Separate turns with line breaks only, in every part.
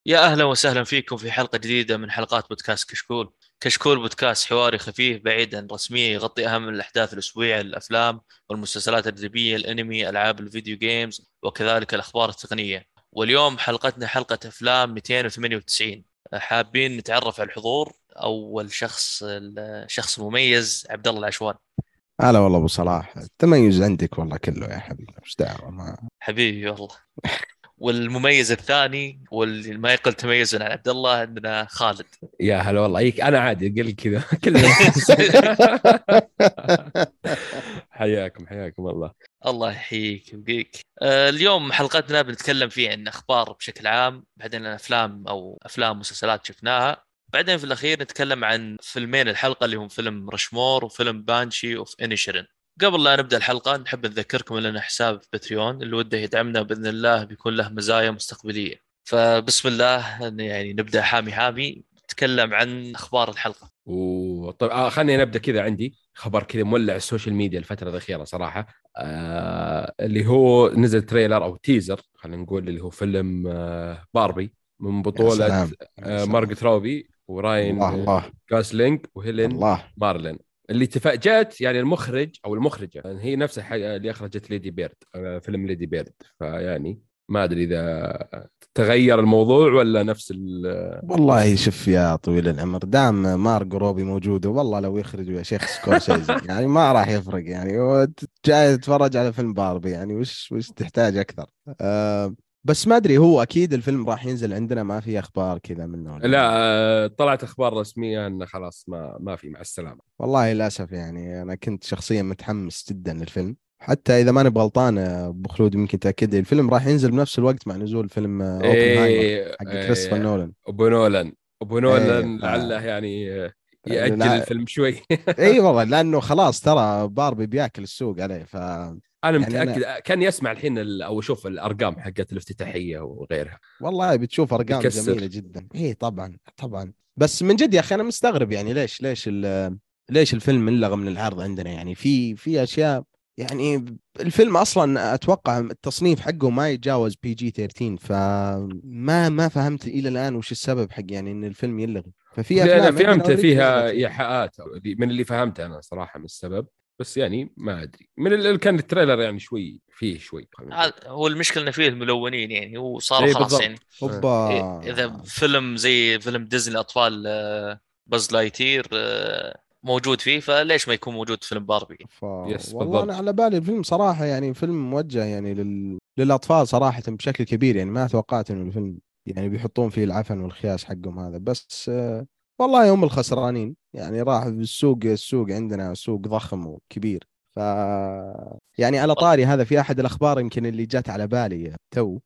يا أهلا وسهلا فيكم في حلقة جديدة من حلقات بودكاست كشكول. كشكول بودكاست حواري خفيف بعيد عن الرسمية، يغطي أهم الأحداث الأسبوعية، الأفلام والمسلسلات الأدبية، الأنمي، ألعاب الفيديو جيمز، وكذلك الأخبار التقنية. واليوم حلقتنا حلقة أفلام 298. حابين نتعرف على الحضور. أول شخص مميز، عبد الله العشوان.
هلا والله ابو صلاح، التميز عندك والله كله يا حبيبي، وش دعوه ما.
حبيبي والله. والمميز الثاني واللي ما يقل تميزا عن عبد الله عندنا خالد.
يا هلا والله انا عادي قل كذا كلنا نحس. حياكم الله.
الله يحييك ويبقيك. اليوم حلقتنا بنتكلم فيه عن أخبار بشكل عام، بعدين عن أفلام أو أفلام مسلسلات شفناها، بعدين في الأخير نتكلم عن فيلمين الحلقة اللي هم فيلم رشمور وفيلم بانشي أوف إنيشرن. قبل لا نبدأ الحلقة نحب نذكركم لنا حساب في باتريون، اللي وده يدعمنا بإذن الله بيكون له مزايا مستقبلية. فبسم الله، يعني نبدأ حامي حامي نتكلم عن أخبار الحلقة.
وطيب خليني نبدا كذا. عندي خبر كذا مولع السوشيال ميديا الفتره الاخيره صراحه. اللي هو نزل تريلر او تيزر، خلينا نقول، اللي هو فيلم باربي من
يا
بطوله
سلام يا سلام.
مارغت روبي وراين
الله الله
غاسلينج وهيلين
الله.
مارلين. اللي تفاجأت يعني المخرج او المخرجه، يعني هي نفس الحاجه اللي اخرجت ليدي بيرد، فيلم ليدي بيرد. فيعني ما ادري اذا تغير الموضوع ولا نفس
والله شوف يا طويل العمر، دام مارجو روبي موجودة، والله لو يخرجوا يا شيخ سكورسيزي يعني ما راح يفرق، يعني هو جاي تتفرج على فيلم باربي، يعني وش تحتاج أكثر؟ بس ما أدري، هو أكيد الفيلم راح ينزل عندنا، ما في أخبار كذا منه
لا. طلعت اخبار رسميه انه خلاص ما في، مع السلامه.
والله للأسف يعني أنا كنت شخصيا متحمس جدا للفيلم، حتى إذا ماني بغلطان أبو خلود ممكن تأكد لي، الفيلم راح ينزل بنفس الوقت مع نزول فيلم أوبنهايمر
ايه,
حق كريستوفر
إيه.
نولان.
ابو
إيه
نولان لعله يعني يأجل
لا.
الفيلم شوي.
إيه والله، لأنه خلاص ترى باربي بياكل السوق عليه،
انا
يعني أنا
متاكد كان يسمع الحين او اشوف الارقام حقت الافتتاحيه وغيرها.
والله بتشوف أرقام جميلة
بيكسر.
جدا. إيه طبعا طبعا. بس من جد يا أخي أنا مستغرب، يعني ليش الفيلم انلغى من العرض عندنا؟ يعني في اشياء، يعني الفيلم اصلا اتوقع التصنيف حقه ما يتجاوز بي جي 13، فما فهمت الى الان وش السبب حق يعني ان الفيلم يلغي، ففي
انا
افلام عندنا
فهمت
اوريدي نزلت
فيها
فيه.
ايحاءات من اللي فهمته انا صراحه من السبب. بس يعني ما ادري من اللي كان التريلر يعني شوي فيه شوي، خلينا نقول.
هو المشكلة إن فيه الملونين، يعني هو صاروا
اي
خلاص
بالضبط.
يعني.
اوبا.
إذا فيلم زي فيلم ديزني الأطفال، باز لايتير، موجود فيه، فليش ما يكون موجود في فيلم باربي؟
يس
والله انا
بالضبط.
على بالي الفيلم صراحه، يعني فيلم موجه يعني للاطفال صراحه بشكل كبير، يعني ما توقعت انه الفيلم يعني بيحطون فيه العفن والخياس حقهم هذا، بس والله هم الخسرانين، يعني راح السوق عندنا سوق ضخم وكبير. ف يعني على طاري هذا، في احد الاخبار يمكن اللي جت على بالي تو،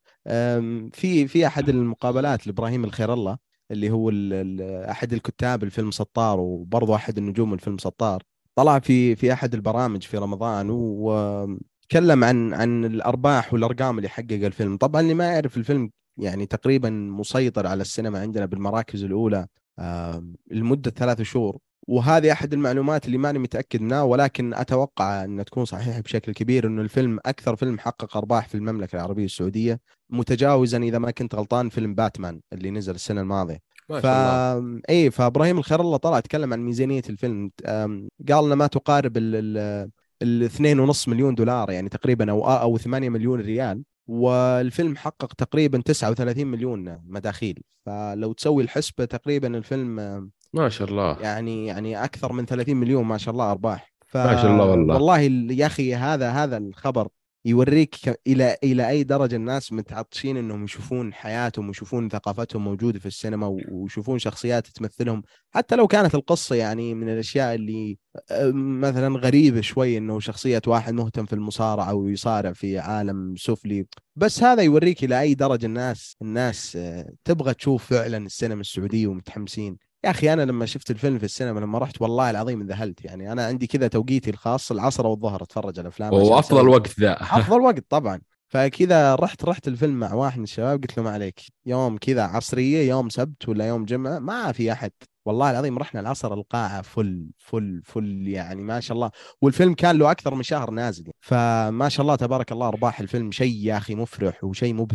في احد المقابلات لابراهيم الخير الله، اللي هو احد الكتاب الفيلم سطار، وبرضه احد النجوم الفيلم سطار، طلع في احد البرامج في رمضان وتكلم عن الارباح والارقام اللي حقق الفيلم. طبعا اللي ما يعرف الفيلم، يعني تقريبا مسيطر على السينما عندنا بالمراكز الاولى لمده 3 شهور، وهذه احد المعلومات اللي ماني متاكد منها، ولكن اتوقع ان تكون صحيحه بشكل كبير، انه الفيلم اكثر فيلم حقق ارباح في المملكه العربيه السعوديه، متجاوزا اذا ما كنت غلطان فيلم باتمان اللي نزل السنه الماضيه.
ما
فا
شاء الله.
ايه فابراهيم الخير الله طلع اتكلم عن ميزانيه الفيلم، قال لنا ما تقارب ال 2.5 مليون دولار، يعني تقريبا او 8 مليون ريال، والفيلم حقق تقريبا 39 مليون مداخيل، فلو تسوي الحسبة تقريبا الفيلم
ما شاء الله.
يعني اكثر من 30 مليون ما شاء الله ارباح.
ما شاء الله والله.
فوالله يا اخي هذا الخبر يوريك الى اي درجه الناس متعطشين انهم يشوفون حياتهم ويشوفون ثقافتهم موجوده في السينما، ويشوفون شخصيات تمثلهم، حتى لو كانت القصه يعني من الاشياء اللي مثلا غريبه شوي، انه شخصيه واحد مهتم في المصارعه ويصارع في عالم سفلي، بس هذا يوريك الى اي درجه الناس تبغى تشوف فعلا السينما السعوديه ومتحمسين. يا اخي انا لما شفت الفيلم في السينما، لما رحت والله العظيم انذهلت، يعني انا عندي كذا توقيتي الخاص العصر والظهر اتفرج على افلام عشان
وافضل
اسوي
وقت ذا.
افضل وقت طبعا. فكذا رحت الفيلم مع واحد من الشباب، قلت له ما عليك، يوم كذا عصريه، يوم سبت ولا يوم جمعه ما في احد، والله العظيم رحنا العصر القاعه فل فل فل، يعني ما شاء الله. والفيلم كان له اكثر من شهر نازل، فما شاء الله تبارك الله ارباح الفيلم شيء يا اخي مفرح وشيء مبهج.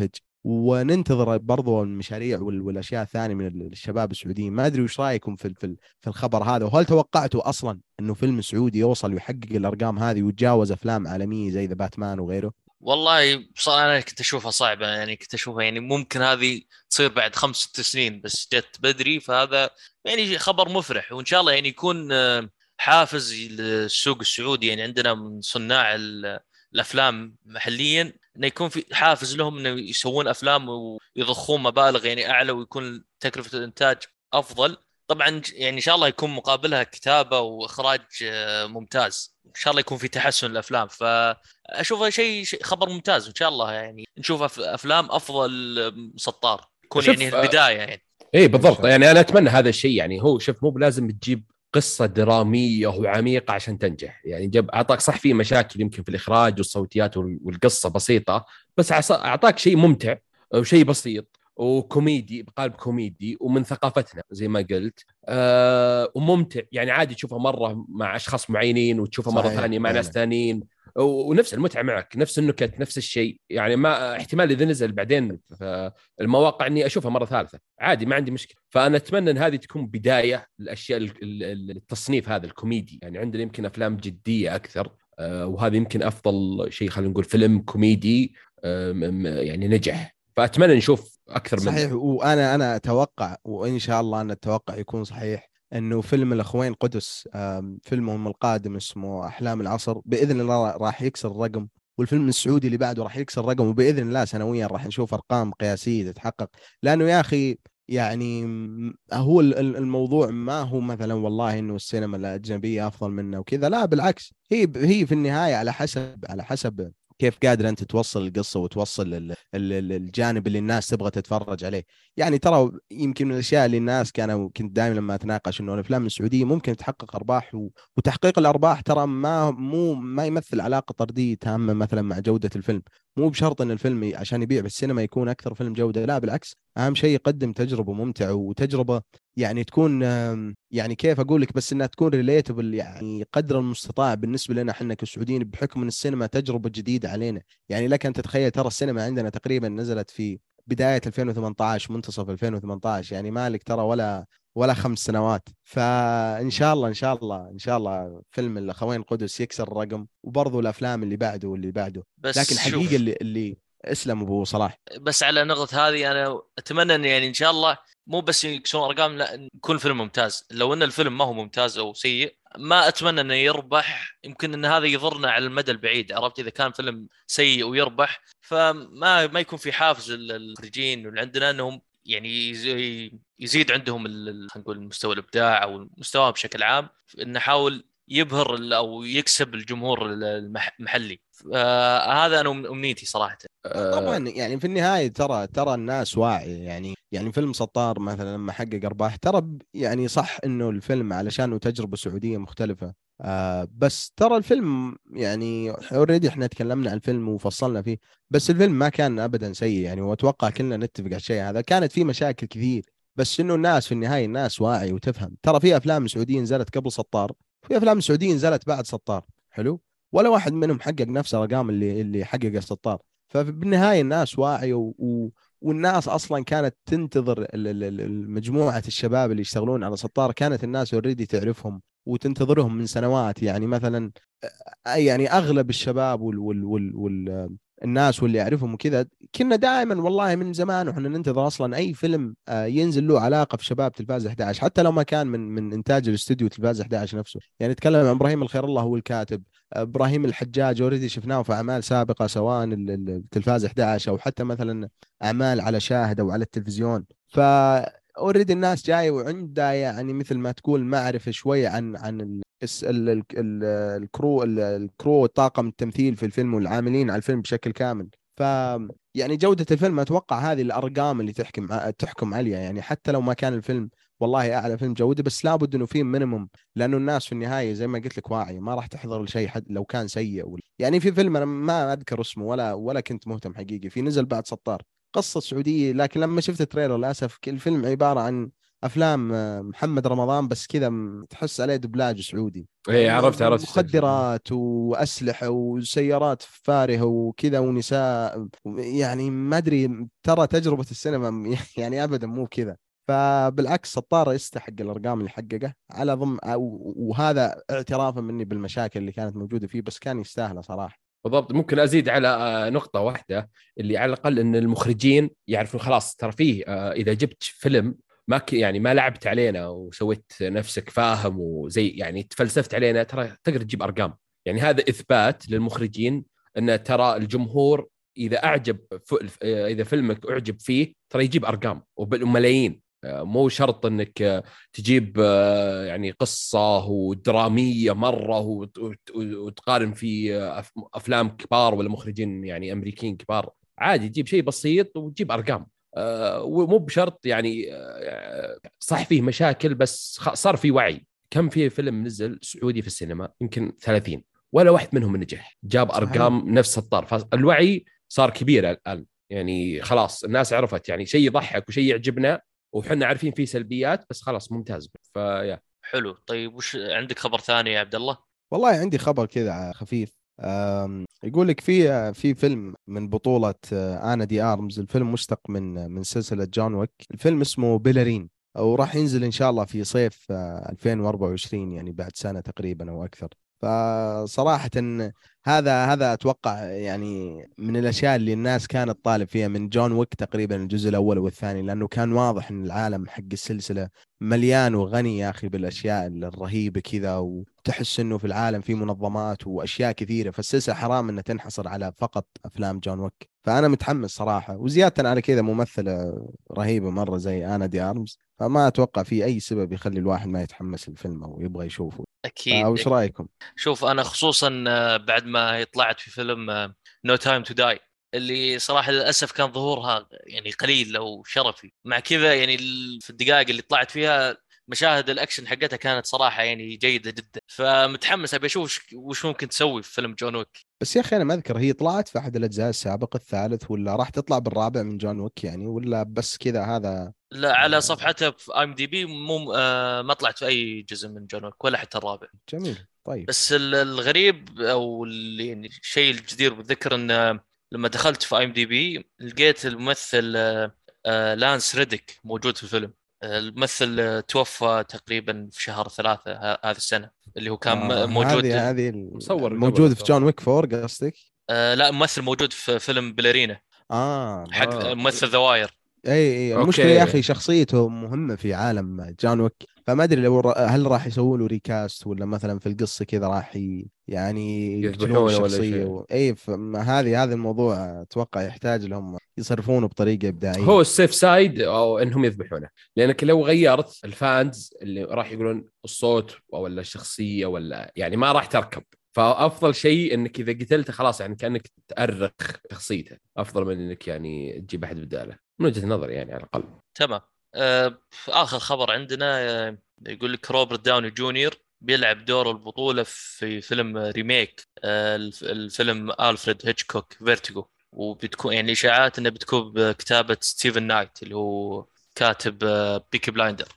وننتظر برضو المشاريع والاشياء الثانيه من الشباب السعوديين. ما ادري وش رايكم في الخبر هذا، وهل توقعتوا اصلا انه فيلم سعودي يوصل ويحقق الارقام هذه ويتجاوز افلام عالميه زي ذا باتمان وغيره؟
والله بصراحة أنا كنت أشوفها صعبة، يعني كنت أشوفها يعني ممكن هذه تصير بعد 5 6 سنين، بس جت بدري، فهذا يعني خبر مفرح. وإن شاء الله يعني يكون حافز للسوق السعودي. يعني عندنا من صناع الأفلام محليا إنه يكون في حافز لهم إنه يسوون أفلام ويضخون مبالغ يعني أعلى، ويكون تكلفة الإنتاج أفضل. طبعا يعني إن شاء الله يكون مقابلها كتابة وإخراج ممتاز. إن شاء الله يكون في تحسن الأفلام. اشوفها شيء خبر ممتاز. ان شاء الله يعني نشوف افلام افضل سطار، يكون يعني
شوف
البدايه يعني.
ايه
ان شاء
بالضبط،
الله.
يعني انا اتمنى هذا الشيء. يعني هو شوف، مو بلازم تجيب قصة درامية وعميقة عشان تنجح. يعني جاب اعطاك صح في مشاكل يمكن في الاخراج والصوتيات والقصة بسيطة، بس اعطاك شيء ممتع وشيء بسيط وكوميدي بقالب كوميدي ومن ثقافتنا زي ما قلت. وممتع، يعني عادي تشوفها مرة مع اشخاص معينين وتشوفها مرة
صحيح
ثانية مع ناس
فعلا.
ثانيين، ونفس المتعة معك، نفس النكت، نفس الشيء. يعني ما احتمال اذا نزل بعدين المواقع اني اشوفها مره ثالثه عادي، ما عندي مشكله. فانا اتمنى ان هذه تكون بدايه الاشياء التصنيف هذا الكوميدي. يعني عندنا يمكن افلام جديه اكثر، وهذا يمكن افضل شيء، خلينا نقول فيلم كوميدي يعني نجح. فاتمنى نشوف اكثر منه.
صحيح، وانا اتوقع، وان شاء الله ان التوقع يكون صحيح، انه فيلم الاخوين قدس فيلمهم القادم اسمه احلام العصر باذن الله راح يكسر الرقم، والفيلم السعودي اللي بعده راح يكسر الرقم، وباذن الله سنويا راح نشوف ارقام قياسيه تتحقق. لانه يا اخي يعني هو الموضوع ما هو مثلا والله انه السينما الاجنبيه افضل منا وكذا، لا بالعكس، هي في النهايه على حسب كيف قادر انت توصل القصه وتوصل الجانب اللي الناس تبغى تتفرج عليه. يعني ترى يمكن من الاشياء اللي الناس كنت دائما لما اتناقش انه الافلام السعوديه ممكن تحقق ارباح، وتحقيق الارباح ترى ما يمثل علاقه طرديه تامه مثلا مع جوده الفيلم. مو بشرط ان الفيلم عشان يبيع في السينما يكون اكثر فيلم جوده، لا بالعكس، اهم شيء يقدم تجربه ممتعه، وتجربه يعني تكون يعني كيف اقول لك، بس انها تكون ريليتبل يعني قدر المستطاع بالنسبه لنا احنا كسعوديين، بحكم ان السينما تجربه جديده علينا. يعني لك ان تتخيل ترى السينما عندنا تقريبا نزلت في بدايه 2018 منتصف 2018، يعني مالك ترى ولا 5 سنوات. فان شاء الله ان شاء الله ان شاء الله فيلم الاخوين قدس يكسر الرقم، وبرضه الافلام اللي بعده واللي بعده. لكن
بس
حقيقه
شوف،
اللي اسلم ابو صلاح.
بس على نقطة هذه أنا أتمنى أن يعني إن شاء الله مو بس يكسرون أرقام، لا، يكون فيلم ممتاز. لو أن الفيلم ما هو ممتاز أو سيء، ما أتمنى أنه يربح. يمكن أن هذا يضرنا على المدى البعيد، عرفت؟ إذا كان فيلم سيء ويربح، فما يكون في حافز للمخرجين اللي عندنا أنهم يعني يزيد عندهم خلينا نقول مستوى الإبداع أو مستواهم بشكل عام، نحاول يبهر او يكسب الجمهور المحلي. هذا انا امنيتي صراحه.
آه،
طبعا يعني في النهاية ترى الناس واعية. يعني فيلم سطار مثلا لما حقق أرباح، ترى يعني صح إنه الفيلم علشانه تجربة سعودية مختلفة، بس ترى الفيلم يعني اوريدي احنا تكلمنا عن الفيلم وفصلنا فيه، بس الفيلم ما كان أبدا سيء يعني، وأتوقع كلنا نتفق على الشيء هذا. كانت فيه مشاكل كثير، بس إنه الناس في النهاية الناس واعية وتفهم. ترى في أفلام سعودية نزلت قبل سطار، في أفلام سعودية نزلت بعد سطار، حلو، ولا واحد منهم حقق نفس الأرقام اللي حقق السطار. فبالنهايه الناس واعيه والناس اصلا كانت تنتظر مجموعه الشباب اللي يشتغلون على سطار، كانت الناس اوريدي تعرفهم وتنتظرهم من سنوات. يعني مثلا يعني اغلب الشباب الناس واللي يعرفهم وكذا، كنا دائما والله من زمان واحنا ننتظر اصلا اي فيلم ينزل له علاقه في شباب تلفاز 11، حتى لو ما كان من انتاج الاستوديو تلفاز 11 نفسه. يعني نتكلم عن ابراهيم الخير الله هو الكاتب، ابراهيم الحجاج اوريدي شفناه في اعمال سابقه سواء التلفاز 11 او حتى مثلا اعمال على شاهد او على التلفزيون. ف اوريدي الناس جايه وعندها يعني مثل ما تقول معرفه شويه عن الكرو والطاقم التمثيل في الفيلم والعاملين على الفيلم بشكل كامل. ف يعني جودة الفيلم اتوقع هذه الارقام اللي تحكم عليها. يعني حتى لو ما كان الفيلم والله اعلى فيلم جودة، بس لابد انه في مينيموم، لانه الناس في النهاية زي ما قلت لك واعية، ما راح تحضر الشيء لو كان سيء يعني في فيلم انا ما اذكر اسمه ولا كنت مهتم حقيقي، في نزل بعد سطار، قصة سعودية، لكن لما شفت التريلر للاسف الفيلم عبارة عن افلام محمد رمضان، بس كذا تحس عليه دبلاج سعودي.
ايه عرفت
مخدرات واسلحه وسيارات فارهه وكذا ونساء، يعني ما ادري، ترى تجربه السينما يعني ابدا مو كذا. فبالعكس الطار يستحق الارقام اللي حققه على وهذا اعترافا مني بالمشاكل اللي كانت موجوده فيه، بس كان يستاهله صراحه.
بالضبط. ممكن ازيد على نقطه واحده، اللي على الاقل ان المخرجين يعرفون خلاص ترى فيه اذا جبت فيلم يعني ما لعبت علينا وسويت نفسك فاهم وزي يعني تفلسفت علينا، ترى تقدر تجيب ارقام. يعني هذا اثبات للمخرجين ان ترى الجمهور اذا اذا فيلمك اعجب فيه ترى يجيب ارقام وبالملايين. مو شرط انك تجيب يعني قصة ودرامية مرة وتقارن في افلام كبار ولا مخرجين يعني امريكيين كبار. عادي تجيب شيء بسيط وتجيب ارقام. ومو بشرط يعني صح فيه مشاكل بس صار في وعي. كم في فيلم نزل سعودي في السينما يمكن 30 ولا واحد منهم نجح جاب
صحيح.
ارقام نفس الطار. فالوعي صار كبير الان، يعني خلاص الناس عرفت يعني شيء يضحك وشيء يعجبنا وحنا عارفين فيه سلبيات بس خلاص ممتاز. فيا
حلو. طيب وش عندك خبر ثاني يا عبد الله؟
والله عندي خبر كذا خفيف. يقول لك في فيلم من بطولة آنا دي آرمز. الفيلم مشتق من سلسلة جون ويك. الفيلم اسمه بيلرين، وراح ينزل إن شاء الله في صيف 2024، يعني بعد سنة تقريبا أو أكثر. فصراحة هذا أتوقع يعني من الأشياء اللي الناس كانت طالب فيها من جون ويك تقريبا الجزء الأول والثاني، لأنه كان واضح أن العالم حق السلسلة مليان وغني يا أخي بالأشياء الرهيبة كذا، وتحس أنه في العالم في منظمات وأشياء كثيرة. فالسلسلة حرام أنها تنحصر على فقط أفلام جون ويك. فأنا متحمس صراحة، وزيادة على كذا ممثلة رهيبة مرة زي آنا دي آرمز، فما أتوقع في أي سبب يخلي الواحد ما يتحمس الفيلم أو يبغى يشوفه.
اكيد
وش رأيكم؟
شوف انا خصوصا بعد ما طلعت في فيلم نو تايم تو داي، اللي صراحه للاسف كان ظهورها يعني قليل او شرفي. مع كذا يعني في الدقائق اللي طلعت فيها مشاهد الاكشن حقتها كانت صراحه يعني جيده جدا. فمتحمس ابي اشوف وش ممكن تسوي في فيلم جون ويك.
بس يا أخي أنا ما أذكر هي طلعت في أحد الأجزاء السابق الثالث، ولا راح تطلع بالرابع من جون ويك يعني، ولا بس كذا هذا؟
لا، على صفحتها في ام دي بي مو ما طلعت في اي جزء من جون ويك ولا حتى الرابع.
جميل. طيب.
بس الغريب او يعني الشيء الجدير بالذكر ان لما دخلت في ام دي بي لقيت الممثل لانس ريديك موجود في الفيلم. الممثل توفى تقريبا في شهر 3 هذه السنة، اللي هو كان موجود.
هذه
مصور
موجود
قبل
في جون ويك 4 قصدك؟
لا، ممثل موجود في فيلم بليرينا حق ممثل ذواير.
اي المشكله يا اخي شخصيته مهمه في عالم جون ويك، فما ادري لو هل راح يسووا له ريكاست، ولا مثلا في القصه كذا راح يعني يقتلون الشخصيه اي هذا الموضوع اتوقع يحتاج لهم يصرفونه بطريقه ابداعيه.
هو السيف سايد او انهم يذبحونه، لانك لو غيرت الفانز اللي راح يقولون الصوت ولا الشخصيه ولا يعني ما راح تركب. فافضل شيء انك اذا قتلته خلاص يعني كانك تأرخ شخصيته، افضل من انك يعني تجيب احد بداله من وجهه نظري يعني على الاقل.
تمام. اخر خبر عندنا يقول لك روبرت داوني جونيور بيلعب دور البطولة في فيلم ريميك الفيلم ألفريد هيتشكوك فيرتيغو، وبتكون يعني إشاعات إنه بتكون بكتابة ستيفن نايت اللي هو كاتب بيكي بلايندر.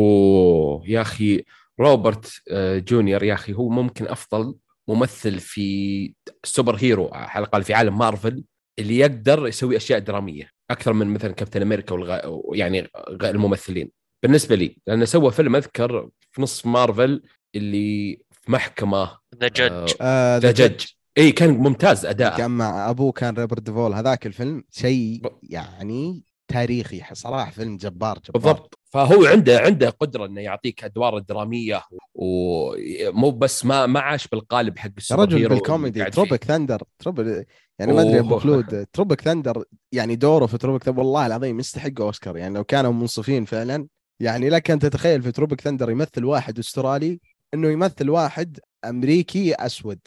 اوه يا اخي روبرت جونيور يا اخي هو ممكن افضل ممثل في سوبر هيرو على الاقل في عالم مارفل، اللي يقدر يسوي اشياء دراميه اكثر من مثلا كابتن امريكا يعني الممثلين بالنسبه لي، لانه سوى فيلم اذكر في نص مارفل اللي في محكمه
ذا جدج.
ذا جدج. اي كان ممتاز اداءه.
كان مع ابوه كان روبرت ديفول. هذاك الفيلم شيء يعني تاريخي صراحه، فيلم جبار.
بالضبط. فهو عنده قدره انه يعطيك ادوار دراميه ومو بس ما عاش بالقالب حق السوبر
رجل
هيرو
بالكوميدي. تروبك ثندر يعني ما ادري ابو خلود تروبك ثندر يعني دوره في تروبك ثندر والله العظيم يستحق اوسكار يعني لو كانوا منصفين فعلا. يعني لك ان تتخيل في تروبك ثندر يمثل واحد استرالي انه يمثل واحد امريكي اسود.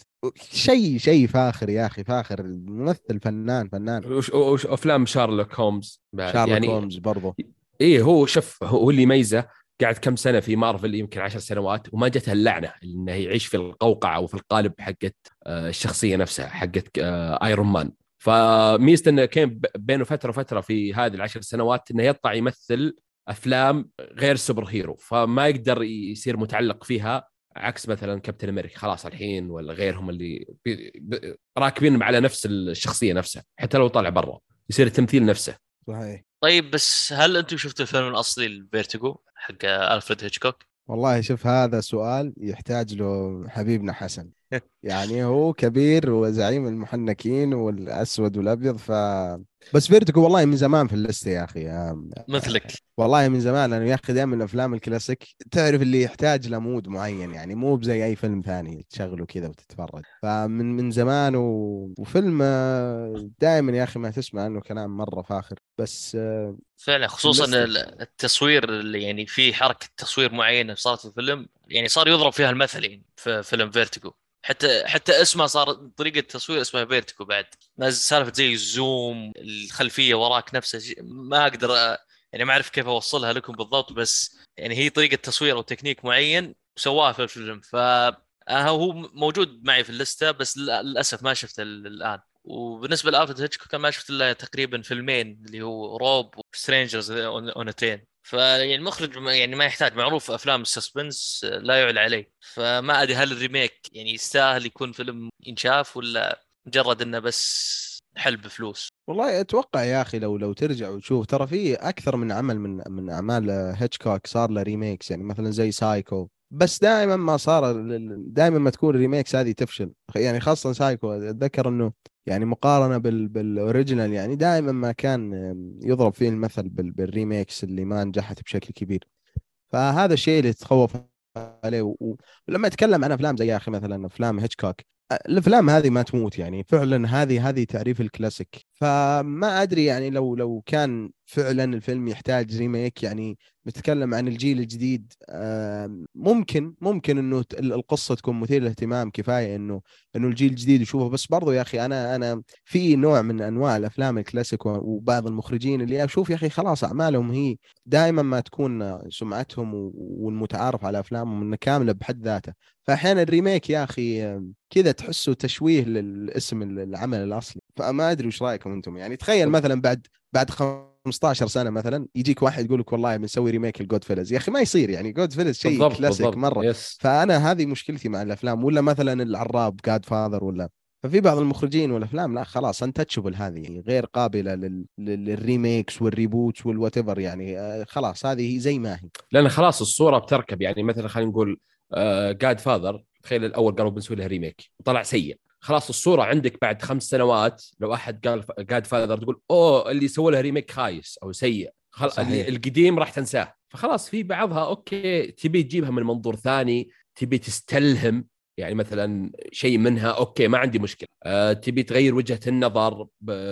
شيء فاخر يا اخي، فاخر. الممثل فنان.
وش افلام شارلوك هومز بعد
شارلوك
يعني
هومز برضو.
ايه هو شوف هو اللي يميزه قاعد كم سنه في مارفل يمكن 10 سنوات وما جته اللعنه انه يعيش في القوقعه وفي القالب حقت الشخصيه نفسها حقت ايرون مان. فميزته انه كان بينه فتره في هذه ال10 سنوات انه يطلع يمثل افلام غير سوبر هيرو، فما يقدر يصير متعلق فيها، عكس مثلا كابتن امريكا خلاص الحين ولا غيرهم اللي راكبين على نفس الشخصيه نفسها، حتى لو طلع برا يصير التمثيل نفسه.
صحيح.
طيب بس هل انتم شفتوا الفيلم الاصلي الفيرتيجو حق الفريد هيتشكوك؟
والله شوف، هذا سؤال يحتاج له حبيبنا حسن. يعني هو كبير وزعيم المحنكين والاسود والابيض. بس فيرتيجو والله من زمان في الليسته يا اخي.
مثلك.
والله من زمان، لانه يا اخي دائما الافلام الكلاسيك تعرف اللي يحتاج لمود معين، يعني مو بزي اي فيلم ثاني تشغله كذا وتتفرج. فمن زمان وفيلم دائما يا اخي ما تسمع عنه كلام مره فاخر. بس
فعلا،
في
خصوصا
الليسته.
التصوير اللي يعني في حركه تصوير معينه صارت في الفيلم، يعني صار يضرب فيها المثل يعني في فيلم فيرتيجو. حتى اسمه صار طريقه تصوير اسمها فيرتيجو بعد. ناس سالفه زي الزوم، الخلفيه وراك نفسه ما اقدر يعني ما اعرف كيف اوصلها لكم بالضبط، بس يعني هي طريقه تصوير او تكنيك معين سواها في الفيلم. هو موجود معي في الليسته، بس للاسف ما شفته الان. وبالنسبه لالفريد هيتشكوك كان ما شفت الا تقريبا فيلمين، اللي هو روب وسترينجرز اونتين. فيعني المخرج يعني ما يحتاج، معروف افلام السسبنس لا يعلى عليه. فما ادري هل الريميك يعني يستاهل يكون فيلم ينشاف، ولا مجرد انه بس حلب فلوس.
والله اتوقع يا اخي لو ترجع وتشوف، ترى في اكثر من عمل من اعمال هيتشكوك صار له ريميكس، يعني مثلا زي سايكو. بس دائما ما صار، دائما ما تكون الريميكس هذه تفشل، يعني خاصه سايكو. اتذكر انه يعني مقارنه بالاوريجينال، يعني دائما ما كان يضرب فيه المثل بالريميكس اللي ما نجحت بشكل كبير. فهذا الشيء اللي تخوف عليه. ولما اتكلم عن افلام زي يا اخي مثلا افلام هيتشكوك، الافلام هذه ما تموت، يعني فعلا هذه تعريف الكلاسيك. فما ادري يعني لو كان فعلا الفيلم يحتاج ريميك، يعني نتكلم عن الجيل الجديد، ممكن انه القصه تكون مثيره للاهتمام كفايه انه الجيل الجديد يشوفه. بس برضو يا اخي انا في نوع من انواع الافلام الكلاسيك وبعض المخرجين اللي اشوف يا اخي خلاص اعمالهم هي دائما ما تكون سمعتهم والمتعارف على افلامهم انها كامله بحد ذاتها. فاحيانا الريميك يا اخي كذا تحسه تشويه للاسم العمل الاصلي. فما ادري وش رايكم انتم؟ يعني تخيل مثلا بعد 15 سنه مثلا يجيك واحد يقول لك والله بنسوي ريميك الجود فيلز. يا اخي ما يصير، يعني جود فيلز شيء كلاسيك
بالضبط
مره.
يس.
فانا هذه مشكلتي مع الافلام. ولا مثلا العراب جاد فاذر ولا. ففي بعض المخرجين والافلام لا خلاص انتشبل، هذه يعني غير قابله للريميكس والريبوتس والوات ايفر، يعني خلاص هذه زي ما هي.
لان خلاص الصوره بتركب، يعني مثلا خلينا نقول جاد فاذر، تخيل الاول قالوا بنسوي له ريميك وطلع سيء، خلاص الصوره عندك بعد 5 سنوات لو احد قال جاد فاذر تقول اوه اللي سووا له ريميك خايس او سيء، اللي
صحيح.
القديم راح تنساه. فخلاص في بعضها اوكي تبي تجيبها من منظور ثاني، تبي تستلهم يعني مثلا شيء منها، اوكي ما عندي مشكله. تبي تغير وجهه النظر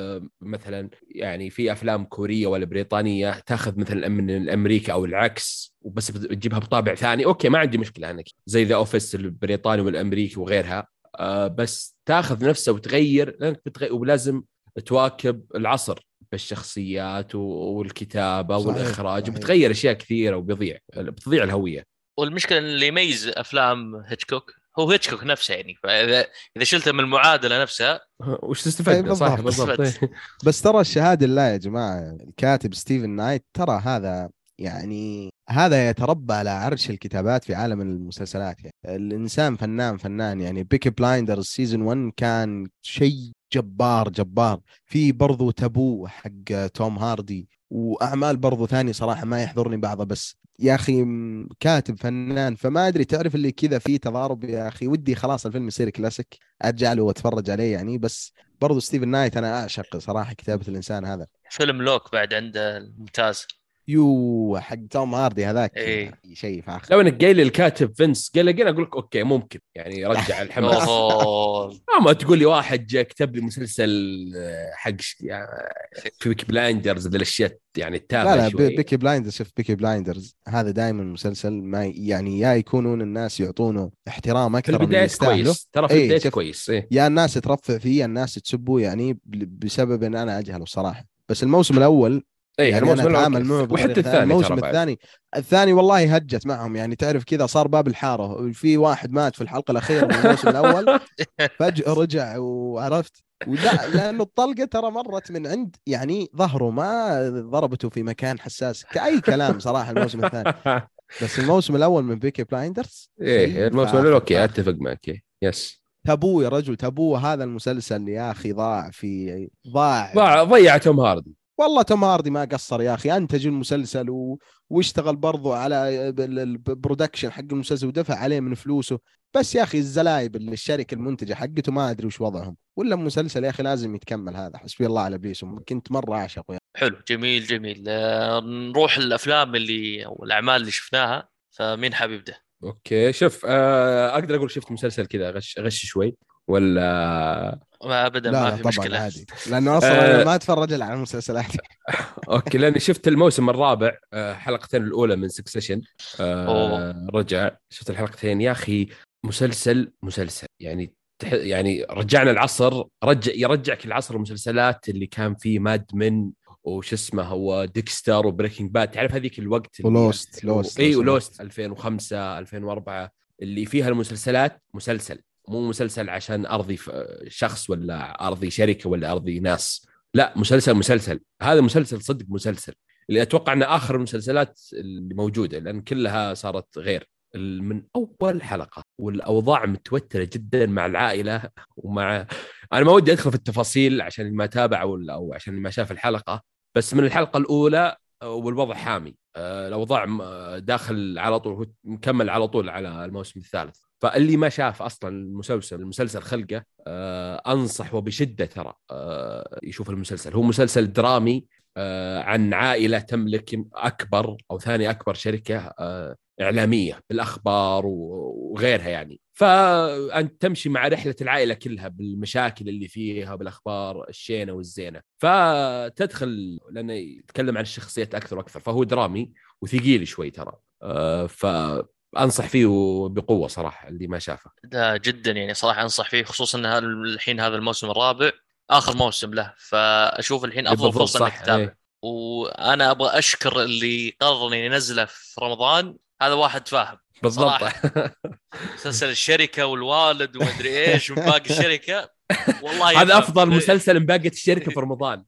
مثلا يعني في افلام كوريه ولا بريطانيه تاخذ مثلا من الامريكا او العكس وبس تجيبها بطابع ثاني، اوكي ما عندي مشكله انا زي ذا اوفيس البريطاني والامريكي وغيرها. بس تاخذ نفسه وتغير، لانك ولازم تواكب العصر بالشخصيات والكتابه
صحيح.
والاخراج،
صحيح.
وبتغير اشياء كثيره بتضيع الهويه.
والمشكله اللي يميز افلام هيتشكوك هو هيتشكوك نفسه، يعني فاذا شلته من المعادله نفسها
وش
اي
تستفاد؟ صح
بالضبط.
بالضبط.
استفدت.
بس ترى الشهاده لله يا جماعه، الكاتب ستيفن نايت ترى هذا، يعني هذا يتربى على عرش الكتابات في عالم المسلسلات. يعني الانسان فنان فنان. يعني بيكي بلايندرز سيزون 1 كان شيء جبار جبار. في برضو تابو حق توم هاردي، واعمال برضو ثاني صراحه ما يحضرني بعضها. بس يا اخي كاتب فنان. فما ادري تعرف اللي كذا في تضارب يا اخي، ودي خلاص الفيلم يصير كلاسيك ارجع له واتفرج عليه يعني. بس برضو ستيفن نايت انا اعشق صراحه كتابه الانسان هذا.
فيلم لوك بعد عنده ممتاز.
حق توم هاردي هذاك
ايه.
شيء فاخر.
لو انك قايل لي الكاتب فينس جيليجن اقول لك اوكي ممكن يعني رجع الحماس.
اوه.
ما تقول لي واحد جاء كتب لي مسلسل حق يعني في بيكي بلايندرز ذي الاشياء يعني
لا
التافهه
لا،
شوي.
بيكي بلايندرز. شوف بيكي بلايندرز هذا دائما مسلسل ما يعني يا يكونون الناس يعطونه احترام
في
اكثر من اللي
البدايه
يستاهله.
كويس، ترى في
اي
البدايه
شوف،
كويس ايه.
يا الناس ترفع فيه يا الناس تسبه، يعني بسبب ان انا اجهله الصراحه. بس الموسم الاول
اي
يعني انا
الموسم
اتعامل معه
وحتى
بطريقه ثانيه.
الثاني ترى
الموسم
بعد.
الثاني والله هجت معهم، يعني تعرف كذا صار باب الحاره، في واحد مات في الحلقه الاخيره من الموسم الاول فجاه رجع، وعرفت ولا لانه الطلقه ترى مرت من عند يعني ظهره، ما ضربته في مكان حساس كأي كلام صراحه. الموسم الثاني بس الموسم الاول من بيكي بلايندرز
ايه
شيء
الموسم الاول
فاخر
اوكي
فاخر.
اتفق معك. يس
تابو يا رجل، تابو هذا المسلسل يا اخي ضاع في ضاع.
ضيع توم هاردي.
والله توم هاردي ما قصر يا اخي، انتج المسلسل واشتغل برضو على البرودكشن حق المسلسل ودفع عليه من فلوسه، بس يا اخي الزلايب اللي الشركه المنتجه حقته ما ادري وش وضعهم، ولا مسلسل يا اخي لازم يتكمل. هذا حسبي الله على ابليس، كنت مره اعشقه يعني.
حلو، جميل جميل. نروح الافلام اللي او الاعمال اللي شفناها، فمين حابب يبدا؟
اوكي شوف اقدر اقول شفت مسلسل كذا غش شوي ولا؟
ما ابدا،
لا
ما
لا
في
طبعا
مشكله.
عادي، لانه اصلا انا ما اتفرج الا على المسلسلات.
اوكي لاني شفت الموسم الرابع حلقتين الاولى من سكسيشن.
اوه،
رجع شفت الحلقتين يا اخي. مسلسل يعني يعني رجعنا العصر، يرجعك العصر المسلسلات اللي كان فيه ماد من وش اسمه هو ديكستر وبريكنج باد، تعرف هذيك الوقت اللي
ولوست لوست لو
اي
سمحت.
ولوست 2005 2004 اللي فيها المسلسلات مسلسل، مو مسلسل عشان ارضي شخص ولا ارضي شركه ولا ارضي ناس، لا مسلسل. هذا مسلسل صدق مسلسل، اللي اتوقع ان اخر المسلسلات اللي موجوده لان كلها صارت غير من اول حلقه، والاوضاع متوتره جدا مع العائله ومع انا ما ودي ادخل في التفاصيل عشان اللي ما تابع او عشان اللي ما شاف الحلقه، بس من الحلقه الاولى والوضع حامي. الاوضاع داخل على طول، هو مكمل على طول على الموسم الثالث. فاللي ما شاف اصلا المسلسل خلقه انصح وبشده ترى يشوف المسلسل. هو مسلسل درامي عن عائله تملك اكبر او ثاني اكبر شركه اعلاميه بالاخبار وغيرها يعني. فانت تمشي مع رحله العائله كلها بالمشاكل اللي فيها بالاخبار الشينه والزينه، فتدخل لانه يتكلم عن الشخصيات اكثر واكثر، فهو درامي وثقيل شوي ترى. فانصح فيه بقوه صراحه اللي ما شافه.
ده جدا يعني صراحه انصح فيه، خصوصا ان الحين هذا الموسم الرابع اخر موسم له، فاشوف الحين افضل
بالضبط
فرصه انك
صح
تتابع.
ايه.
وانا ابغى اشكر اللي قرر اني ينزله في رمضان، هذا واحد فاهم
بالضبط
صراحه. مسلسل الشركه والوالد ومدري ايش من باقي الشركه، والله
هذا
يفهم.
افضل مسلسل من باقي الشركه في رمضان.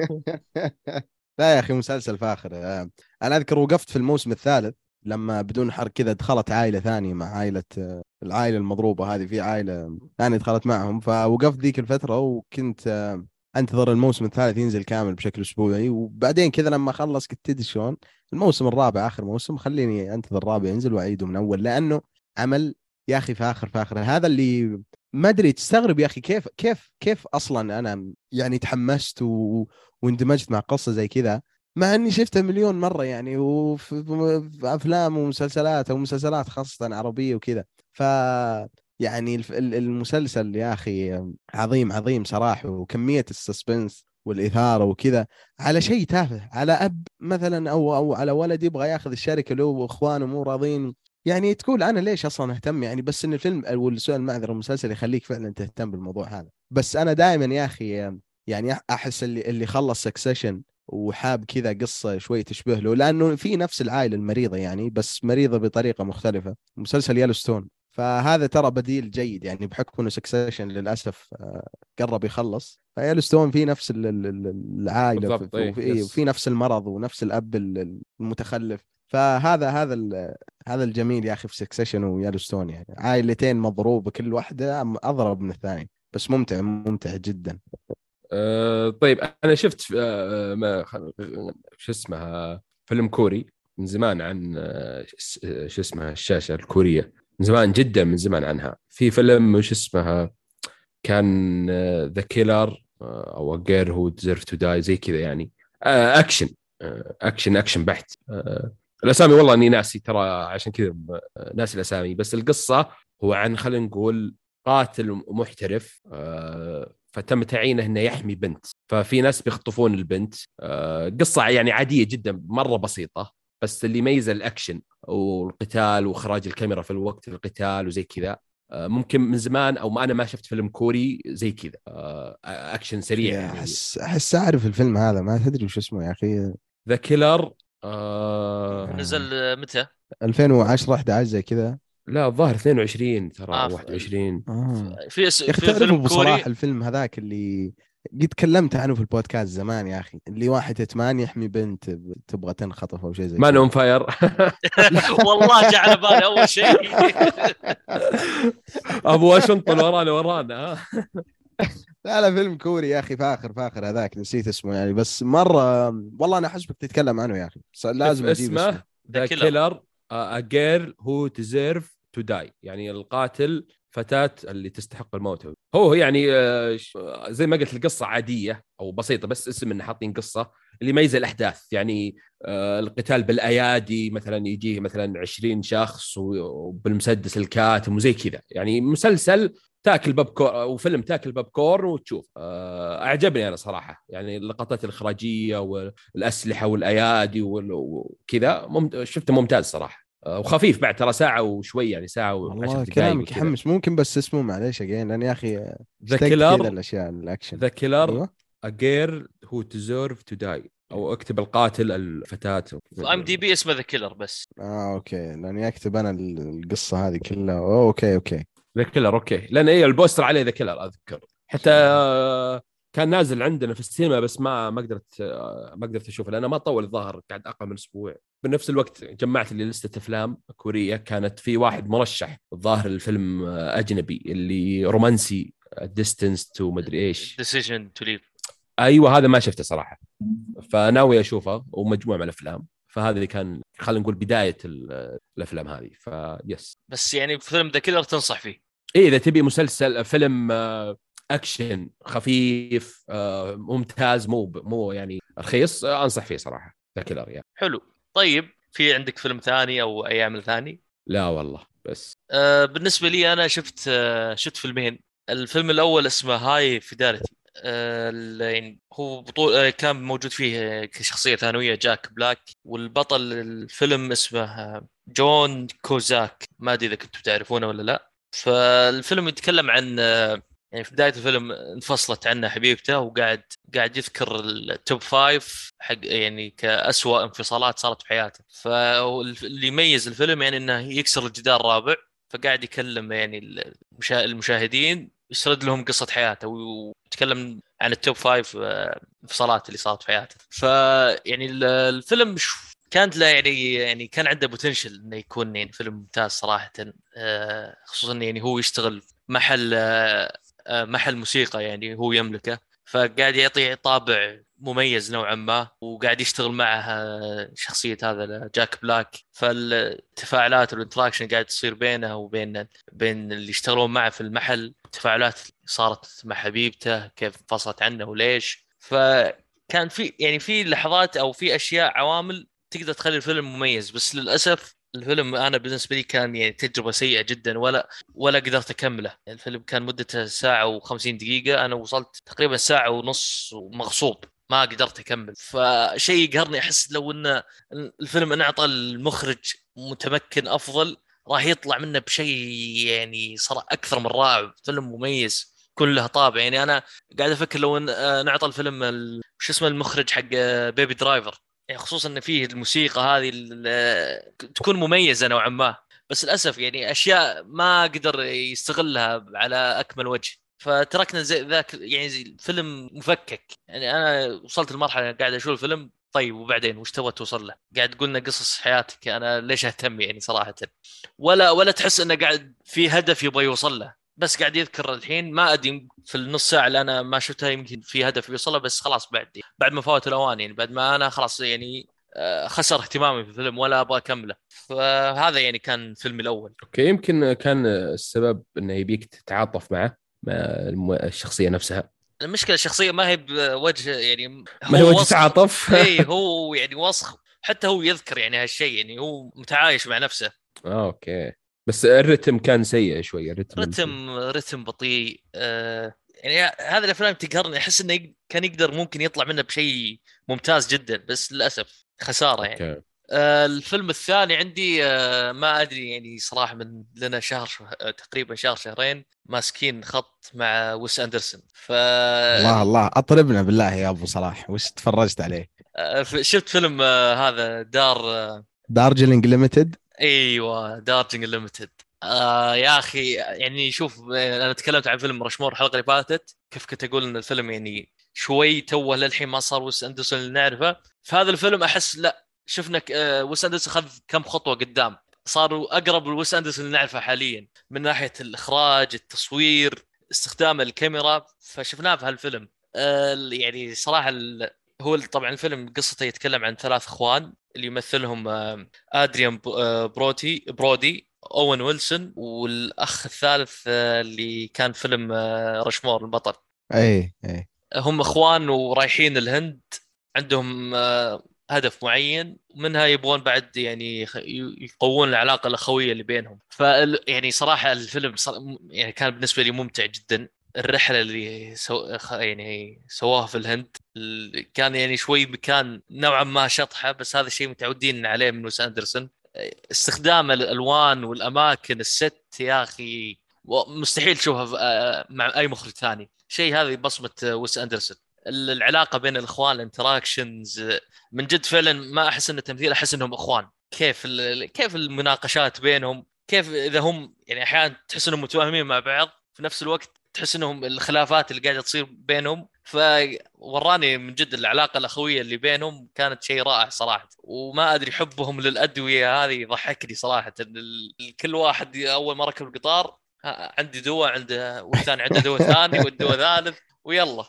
لا يا اخي مسلسل فاخر. انا اذكر وقفت في الموسم الثالث لما بدون حرق كذا دخلت عائله ثانيه مع عائله العائله المضروبه هذه، في عائله ثانيه دخلت معهم، فوقفت ذيك الفتره وكنت انتظر الموسم الثالث ينزل كامل بشكل اسبوعي. وبعدين كذا لما خلص قلت تدري شلون، الموسم الرابع اخر موسم خليني انتظر الرابع ينزل واعيده من اول، لانه عمل يا اخي فاخر. هذا اللي ما ادري تستغرب يا اخي كيف اصلا انا يعني تحمست واندمجت مع قصه زي كذا، مع اني شفتها مليون مره يعني، وفي افلام ومسلسلات او مسلسلات خاصه عربيه وكذا. ف يعني المسلسل يا اخي عظيم صراحه، وكميه السسبنس والاثاره وكذا على شيء تافه، على اب مثلا او على ولد يبغى ياخذ الشركه له واخوانه مو راضين. يعني تقول انا ليش اصلا اهتم يعني، بس ان الفيلم او السؤال المعذره المسلسل يخليك فعلا تهتم بالموضوع هذا. بس انا دائما يا اخي يعني احس اللي خلص سكسيشن وحاب كذا قصة شوي تشبه له، لأنه في نفس العائلة المريضة يعني، بس مريضة بطريقة مختلفة، مسلسل يellowstone. فهذا ترى بديل جيد يعني، بحكم انه سكسيشن للاسف قرب يخلص، فيellowstone في نفس العائله
بالضبط ايه
وفي
يس.
نفس المرض ونفس الاب المتخلف. فهذا هذا الجميل يا اخي في سكسيشن ويellowstone، يعني عائلتين مضروبه كل واحده اضرب من الثاني، بس ممتع جدا.
طيب انا شفت ما شو اسمها فيلم كوري من زمان عن شو اسمها الشاشة الكورية، من زمان جدا من زمان عنها. في فيلم وش اسمها كان ذا كيلر او غير هو ديزيرف تو داي زي كذا يعني. اكشن اكشن بحت. الاسامي والله اني ناسي ترى، عشان كذا ناسي الاسامي، بس القصة هو عن خلينا نقول قاتل محترف فتم تعيينه انه يحمي بنت، ففي ناس بيخطفون البنت. قصة يعني عادية جدا مرة بسيطة، بس اللي يميز الاكشن والقتال واخراج الكاميرا في الوقت القتال وزي كذا. ممكن من زمان او ما انا ما شفت فيلم كوري زي كذا اكشن سريع يعني.
احس اعرف الفيلم هذا، ما تدري وش اسمه يا اخي.
ذا كيلر
نزل متى؟
2010 11 زي كذا.
لا الظاهر 22 ترى
آه
21.
يا اخي
في
تعرف
فيلم
ابو
كوري.
صلاح الفيلم هذاك اللي قد تكلمت عنه في البودكاست زمان يا اخي، اللي واحد اتمان يحمي بنت تبغى تنخطف او شيء زي
مان
كذا.
اون فاير.
والله جاء على بالي اول شيء.
ابو واشنطن ورانا.
لا لا، فيلم كوري يا اخي، فاخر فاخر هذاك، نسيت اسمه يعني، بس مره والله انا احسبك تتكلم عنه يا اخي، بس
شوف
لازم اجيب اسمه.
اسمه ذا كيلر a girl who deserve to die، يعني القاتل فتاة اللي تستحق الموت. هو يعني زي ما قلت القصة عادية أو بسيطة، بس اسم إنه حاطين قصة اللي يميز الأحداث. يعني القتال بالأيادي مثلا، يجيه مثلا 20 شخص وبالمسدس الكاتم وزي كذا. يعني مسلسل تاكل باب كور أو فيلم تاكل باب كور وتشوف. أعجبني أنا صراحة، يعني اللقطات الإخراجية والأسلحة والأيادي وكذا شفته ممتاز صراحة. وخفيف بعد ترى، ساعة وشوي، يعني ساعة
والله
و10 دقائق
كلامك
وكذا.
يحمس، ممكن بس اسمه معليش اجين، لان يا اخي
ذا
اشتقت كذا
كيلر
الاشياء الاكشن.
ذا كيلر
ايوه
a girl who deserve to die، او اكتب القاتل الفتاة.
في IMDb اسمه ذا كيلر بس.
اوكي، لاني اكتب انا القصه هذه كلها. اوكي اوكي.
ذا كيلر اوكي، لان ايه البوستر عليه ذا كيلر اذكر. حتى كان نازل عندنا في السينما، بس ما قدرت اشوفه لانه ما طول الظاهر، قاعد اقل من اسبوع. بنفس الوقت جمعت لي لستة افلام كورية، كانت في واحد مرشح الظاهر الفيلم اجنبي اللي رومانسي، ديستنس تو مدري ايش.
Decision to Leave.
ايوه هذا ما شفته صراحه، فناوي اشوفه ومجموعه من الافلام. فهذه كان خلينا نقول بدايه الافلام هذه. فيس
بس يعني فيلم ذا كيلر تنصح فيه؟
ايه اذا تبي مسلسل فيلم اكشن خفيف ممتاز، مو يعني رخيص، انصح فيه صراحه ذا كيلر يعني.
حلو. طيب في عندك فيلم ثاني او اي عمل ثاني؟
لا والله بس.
بالنسبه لي انا شفت فيلمين. الفيلم الاول اسمه هاي فيداليتي. يعني هو كان موجود فيه كشخصيه ثانويه جاك بلاك، والبطل الفيلم اسمه جون كوزاك، ما ادري اذا كنتوا تعرفونه ولا لا. فالفيلم يتكلم عن يعني في بدايه الفيلم انفصلت عنه حبيبته، قاعد يذكر التوب فايف حق يعني كأسوأ انفصالات صارت في حياته. فاللي يميز الفيلم يعني انه يكسر الجدار الرابع، فقاعد يكلم يعني المشاهدين، يسرد لهم قصة حياته ويتكلم عن التوب فايف انفصالات اللي صارت في حياته. فيعني الفيلم كانت له يعني كان عنده بوتنشل انه يكون يعني فيلم ممتاز صراحة. خصوصا يعني هو يشتغل محل موسيقى يعني هو يملكه، فقاعد يعطي طابع مميز نوعا ما، وقاعد يشتغل معه شخصية هذا جاك بلاك. فالتفاعلات والانتراكشن قاعد تصير بينه بين اللي يشتغلون معه في المحل، التفاعلات صارت مع حبيبته كيف انفصلت عنه وليش. فكان في لحظات او في اشياء عوامل تقدر تخلي الفيلم مميز. بس للأسف الفيلم انا بالنسبه لي كان يعني تجربه سيئه جدا، ولا قدرت اكمله. الفيلم كان مدته ساعه و50 دقيقه، انا وصلت تقريبا ساعه ونص ومغصوب، ما قدرت اكمل. فشيء يقهرني، احس لو ان الفيلم انعطى المخرج متمكن افضل راح يطلع منه بشيء يعني صار اكثر من رائع، فيلم مميز كله طابع. يعني انا قاعد افكر لو نعطى الفيلم شو اسمه المخرج حق بيبي درايفر، يعني خصوصا ان فيه الموسيقى هذه تكون مميزه نوعا ما، بس للاسف يعني اشياء ما قدر يستغلها على اكمل وجه. فتركنا زي ذاك يعني زي الفيلم مفكك. يعني انا وصلت لمرحله قاعد اشوف الفيلم، طيب وبعدين وش تبغى توصل له؟ قاعد تقولنا قصص حياتك، انا ليش اهتم يعني صراحه؟ ولا تحس انه قاعد في هدف يبغى يوصل له، بس قاعد يذكر الحين ما ادري في النص ساعه اللي انا ما شفتها يمكن في هدف يوصله، بس خلاص بعد ما فوت الاوان، يعني بعد ما انا خلاص يعني خسر اهتمامي في الفيلم ولا ابغى اكمله. فهذا يعني كان فيلمي الاول.
اوكي، يمكن كان السبب انه يبيك تتعاطف مع الشخصيه نفسها.
المشكله الشخصيه ما هي بوجه يعني
ما هي
هو
وجه
وصف.
تعاطف.
اي هو يعني وصف، حتى هو يذكر يعني هالشيء، يعني هو متعايش مع نفسه.
اوكي، بس الرتم كان سيء شوي، الرتم
رتم بطيء. يعني هذا الافلام تقهرني، احس انه كان يقدر ممكن يطلع منه بشيء ممتاز جدا، بس للاسف خساره يعني.
اوكي.
الفيلم الثاني عندي ما ادري يعني صراحه، من لنا تقريبا شهرين ماسكين خط مع ويس اندرسون.
الله الله، اطربنا بالله يا ابو صلاح، وش تفرجت عليه؟
شفت فيلم هذا دار
دارجلينج ليميتد.
ايوه دارجنج ليمتد. يا اخي يعني شوف، انا تكلمت عن فيلم رشمور الحلقه اللي فاتت، كيف كنت اقول ان الفيلم يعني شوي توه للحين ما صار ويس اندرسون اللي نعرفه. في هذا الفيلم احس لا، شفنا ويس اندرسون خذ كم خطوه قدام، صاروا اقرب لويس اندرسون اللي نعرفه حاليا من ناحيه الاخراج، التصوير، استخدام الكاميرا، فشفناه في هالفيلم. يعني صراحه هو طبعا الفيلم قصته يتكلم عن ثلاث اخوان اللي يمثلهم ادريان برودي، اوين ويلسون، والاخ الثالث اللي كان فيلم رشمور البطل.
اي
هم اخوان ورايحين الهند، عندهم هدف معين، ومنها يبغون بعد يعني يقوون العلاقه الاخويه اللي بينهم. يعني صراحه الفيلم يعني كان بالنسبه لي ممتع جدا. الرحله اللي يعني سواها في الهند، كان يعني شوي مكان نوعا ما شطحه، بس هذا الشيء متعودين عليه من ويس اندرسون. استخدام الالوان والاماكن الست يا اخي مستحيل تشوفها مع اي مخرج ثاني. شيء هذه بصمه ويس اندرسون. العلاقه بين الاخوان، الانتراكشنز، من جد فعلا ما احس انه تمثيل، احس انهم اخوان. كيف المناقشات بينهم، كيف اذا هم يعني احيانا تحس انهم متفاهمين مع بعض، في نفس الوقت تحس انهم الخلافات اللي قاعده تصير بينهم. فوراني من جد العلاقه الاخويه اللي بينهم كانت شيء رائع صراحه. وما ادري حبهم للادويه هذه ضحكني صراحه. كل واحد اول ما ركب القطار عندي دواء عنده، والثاني عنده دواء ثاني، والدواء ثالث، ويلا.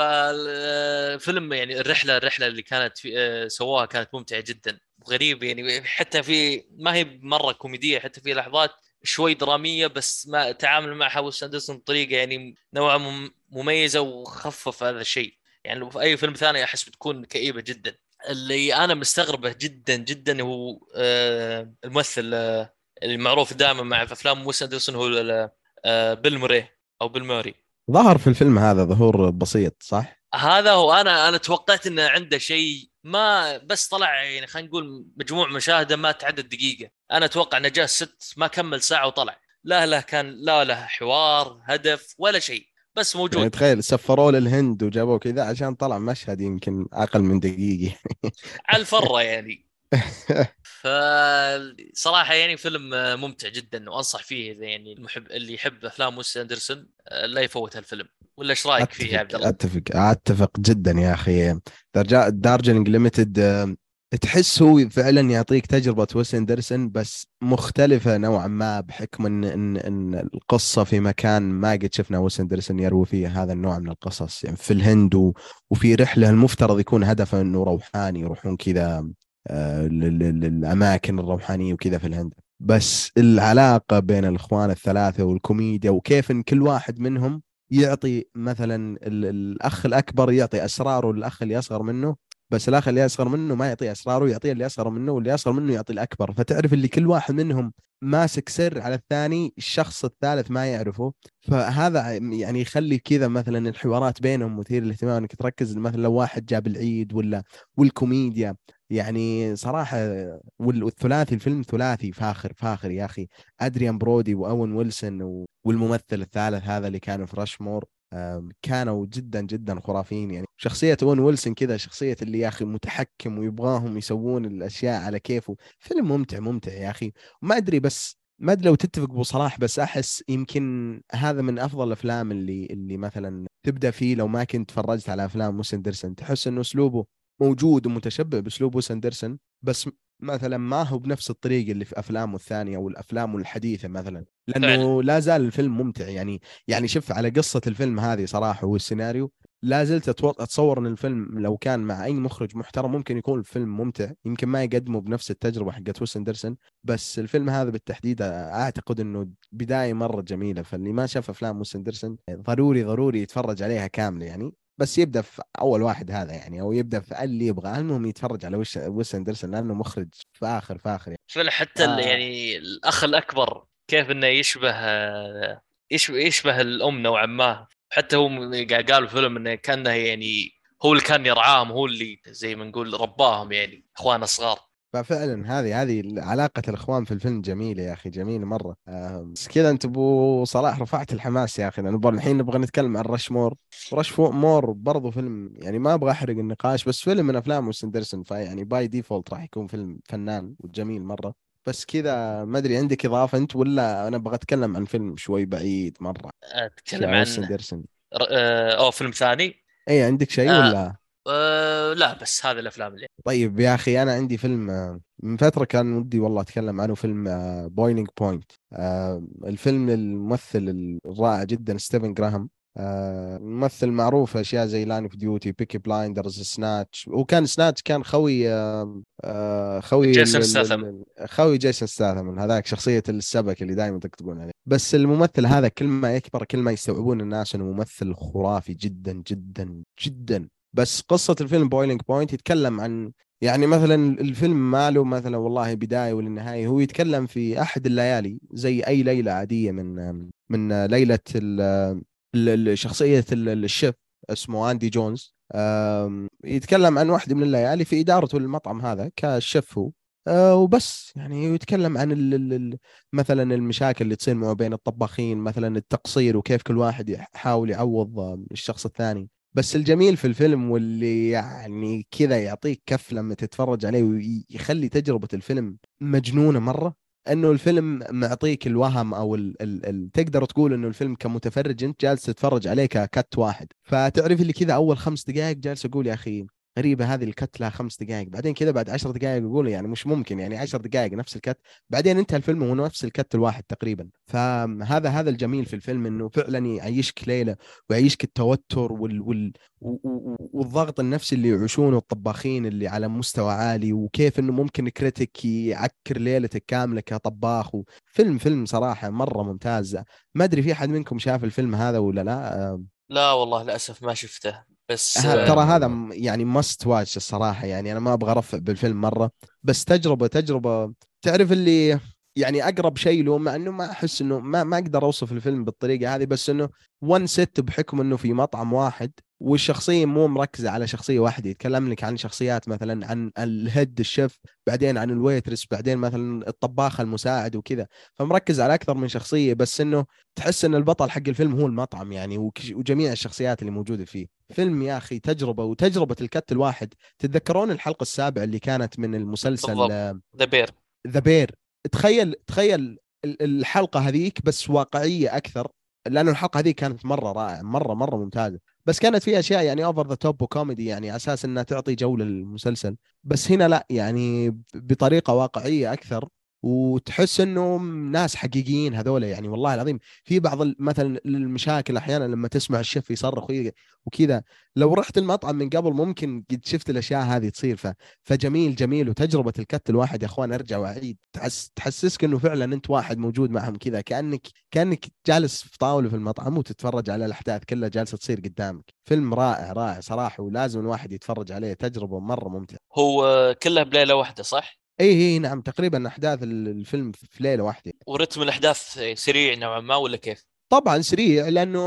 فالفيلم يعني الرحله اللي كانت سواها كانت ممتعه جدا وغريب. يعني حتى في ما هي مره كوميديه، حتى في لحظات شوي دراميه، بس ما تعامل معها ويس أندرسون بطريقه يعني نوعا مميزه، وخفف هذا الشيء. يعني لو في اي فيلم ثاني احس بتكون كئيبه جدا. اللي انا مستغربه جدا جدا هو الممثل اللي معروف دائما مع في افلام ويس أندرسون، هو بيل موري او بيل موري.
ظهر في الفيلم هذا ظهور بسيط صح؟
هذا هو. انا توقعت انه عنده شيء، ما بس طلع يعني خلينا نقول مجموع مشاهده ما تعدد دقيقه. انا اتوقع انه جاء ست ما كمل ساعه وطلع. لا كان لا له حوار هدف ولا شيء، بس
يعني
موجود.
تخيل سفروه للهند وجابوه كذا عشان طلع مشهد يمكن اقل من دقيقة.
على الفره يعني. فصراحة يعني فيلم ممتع جدا، وأنصح فيه إذا يعني المحب اللي يحب أفلام ويس أندرسون لا يفوت هالفيلم. ولا إيش رأيك فيه يا
اتفق
عبد الله؟
اتفق جدا يا اخي. دارجلينج ليميتد تحس هو فعلا يعطيك تجربة ويس اندرسون بس مختلفة نوعا ما، بحكم ان القصة في مكان ما قد شفنا ويس اندرسون يروي فيه هذا النوع من القصص، يعني في الهند وفي رحلة المفترض يكون هدفها انه روحاني، يروحون كذا للاماكن الروحانية وكذا في الهند. بس العلاقة بين الاخوان الثلاثة والكوميديا، وكيف ان كل واحد منهم يعطي مثلا الاخ الاكبر يعطي اسراره للاخ اللي اصغر منه، بس الاخ اللي اصغر منه ما يعطيه اسراره، يعطيه اللي اصغر منه، واللي اصغر منه يعطي الاكبر. فتعرف اللي كل واحد منهم ماسك سر على الثاني، الشخص الثالث ما يعرفه. فهذا يعني يخلي كذا مثلا الحوارات بينهم مثير للاهتمام، انك تركز مثلا لو واحد جاب العيد ولا، والكوميديا يعني صراحة. والثلاثي، الفيلم ثلاثي فاخر فاخر يا أخي. أدريان برودي وأون ويلسون والممثل الثالث هذا اللي كان في راشمور، كانوا جدا جدا خرافيين. يعني شخصية أون ويلسون كذا، شخصية اللي يا أخي متحكم ويبغاهم يسوون الأشياء على كيفه. فيلم ممتع ممتع يا أخي. ما أدري، بس ما أدري لو تتفق أبو صلاح، بس أحس يمكن هذا من أفضل الأفلام اللي مثلا تبدأ فيه لو ما كنت تفرجت على أفلام موس أندرسون. تحس إنه أسلوبه موجود ومتشبع بأسلوب ويس أندرسون، بس مثلا ما هو بنفس الطريقة اللي في أفلامه الثانية أو الأفلام الحديثة مثلا،
فعلا.
لأنه لا زال الفيلم ممتع. يعني شوف على قصة الفيلم هذه صراحة والسيناريو، لا زلت أتصور أن الفيلم لو كان مع أي مخرج محترم ممكن يكون الفيلم ممتع. يمكن ما يقدمه بنفس التجربة حقت ويس أندرسون، بس الفيلم هذا بالتحديد أعتقد أنه بداية مرة جميلة. فاللي ما شاف أفلام ويس أندرسون ضروري ضروري يتفرج عليها كاملة يعني. بس يبدا في اول واحد هذا يعني، او يبدا في اللي يبغى، المهم يتفرج على ويس اندرسون لانه مخرج فاخر فاخر يعني.
فعلا حتى
آه
يعني الأخ الأكبر كيف إنه يشبه الأم نوعا ما. حتى هو قالوا في الفيلم إنه كانه يعني هو اللي كان يرعاهم، هو اللي زي ما نقول رباهم يعني إخوانه الصغار.
ففعلا هذه علاقة الإخوان في الفيلم جميلة يا أخي، جميلة مرة. بس كذا أنت أبو صلاح رفعت الحماس يا أخي، لأنه الحين نبغى نتكلم عن رشمور. مور برضو فيلم، يعني ما أبغى أحرق النقاش، بس فيلم من أفلام ويس أندرسون، فيعني باي ديفولت راح يكون فيلم فنان وجميل مرة. بس كذا ما أدري عندك إضافة أنت، ولا أنا أبغى أتكلم عن فيلم شوي بعيد مرة
اتكلم
كويس
عن
أندرسون؟
فيلم ثاني.
أي عندك شيء
آه
ولا؟
لا، بس هذه الافلام اللي
طيب يا أخي أنا عندي فيلم من فترة كان ودي والله أتكلم عنه، فيلم بوينينج بوينت. الفيلم للممثل الرائع جدا ستيفن جراهام. ممثل معروف أشياء زي لاين اوف ديوتي، بيكي بلايندرز، سناتش. وكان سناتش كان خوي خوي
جيسون ستاثام.
خوي جيسون ستاثام، هذاك شخصية السبك اللي دائما تكتبون عليه. بس الممثل هذا كل ما يكبر كل ما يستوعبون الناس انه ممثل خرافي جدا جدا جدا. بس قصة الفيلم بويلينج بوينت يتكلم عن، يعني مثلا الفيلم ما له مثلا والله بداية ولا نهاية، هو يتكلم في أحد الليالي زي أي ليلة عادية من ليلة شخصية الشيف اسمه أندي جونز. يتكلم عن واحدة من الليالي في إدارته للمطعم هذا كشيف هو. وبس يعني يتكلم عن مثلا المشاكل اللي تصير ما بين الطباخين، مثلا التقصير وكيف كل واحد يحاول يعوض الشخص الثاني. بس الجميل في الفيلم واللي يعني كذا يعطيك كف لما تتفرج عليه ويخلي تجربة الفيلم مجنونة مرة، انه الفيلم معطيك الوهم او تقدر تقول انه الفيلم كمتفرج انت جالس تتفرج عليه ككت واحد. فتعرف اللي كذا اول 5 دقائق جالس اقول يا اخي غريبة هذه الكت لها 5 دقائق، بعدين كذا بعد 10 دقائق يقول يعني مش ممكن، يعني 10 دقائق نفس الكت، بعدين انتهى الفيلم وهو نفس الكت الواحد تقريبا. فهذا الجميل في الفيلم، انه فعلا يعيشك ليلة ويعيشك التوتر والضغط النفسي اللي يعيشونه الطباخين اللي على مستوى عالي، وكيف انه ممكن كريتيك يعكر ليلتك كاملة كطباخ. فيلم صراحة مرة ممتاز. ما ادري في احد منكم شاف الفيلم هذا ولا لا؟
لا والله للاسف ما شفته، بس
ترى هذا
آه
يعني ماست واتش الصراحة، يعني أنا ما أبغى أرفع بالفيلم مرة، بس تجربة. تعرف اللي يعني أقرب شيء له، مع إنه ما أحس إنه ما أقدر أوصف الفيلم بالطريقة هذه، بس إنه وان ست بحكم إنه في مطعم واحد والشخصية مو مركزة على شخصية واحدة، يتكلم لك عن شخصيات مثلا عن الهيد الشيف، بعدين عن الويترس، بعدين مثلا الطباخ المساعد وكذا، فمركز على أكثر من شخصية. بس إنه تحس إن البطل حق الفيلم هو المطعم يعني، وجميع الشخصيات اللي موجودة فيه. فيلم يا أخي تجربة، وتجربة الكت الواحد. تتذكرون الحلقة السابعة اللي كانت من المسلسل
بالضبط ذا بير.
ذا بير؟ تخيل الحلقة هذيك بس واقعية أكثر، لأنه الحلقة هذيك كانت مرة رائعة، مرة ممتازة، بس كانت فيها أشياء يعني أوفر ذا توب وكوميدي، يعني على أساس أنها تعطي جو للمسلسل. بس هنا لا، يعني بطريقة واقعية أكثر، وتحس انهم ناس حقيقيين هذول، يعني والله العظيم في بعض مثلا المشاكل احيانا لما تسمع الشيف يصرخ وكذا، لو رحت المطعم من قبل ممكن قد شفت الاشياء هذه تصير. فجميل جميل. وتجربة الكت الواحد يا اخوان ارجع واعيد، تحسسك انه فعلا انت واحد موجود معهم كذا، كأنك جالس في طاولة في المطعم وتتفرج على الاحداث كلها جالسة تصير قدامك. فيلم رائع صراحة، ولازم الواحد يتفرج عليه، تجربة مرة ممتعة.
هو كله بليله واحده صح؟
اي نعم، تقريبا احداث الفيلم في ليلة واحدة.
ورتم الاحداث سريع نوعا ما ولا كيف؟
طبعا سريع، لانه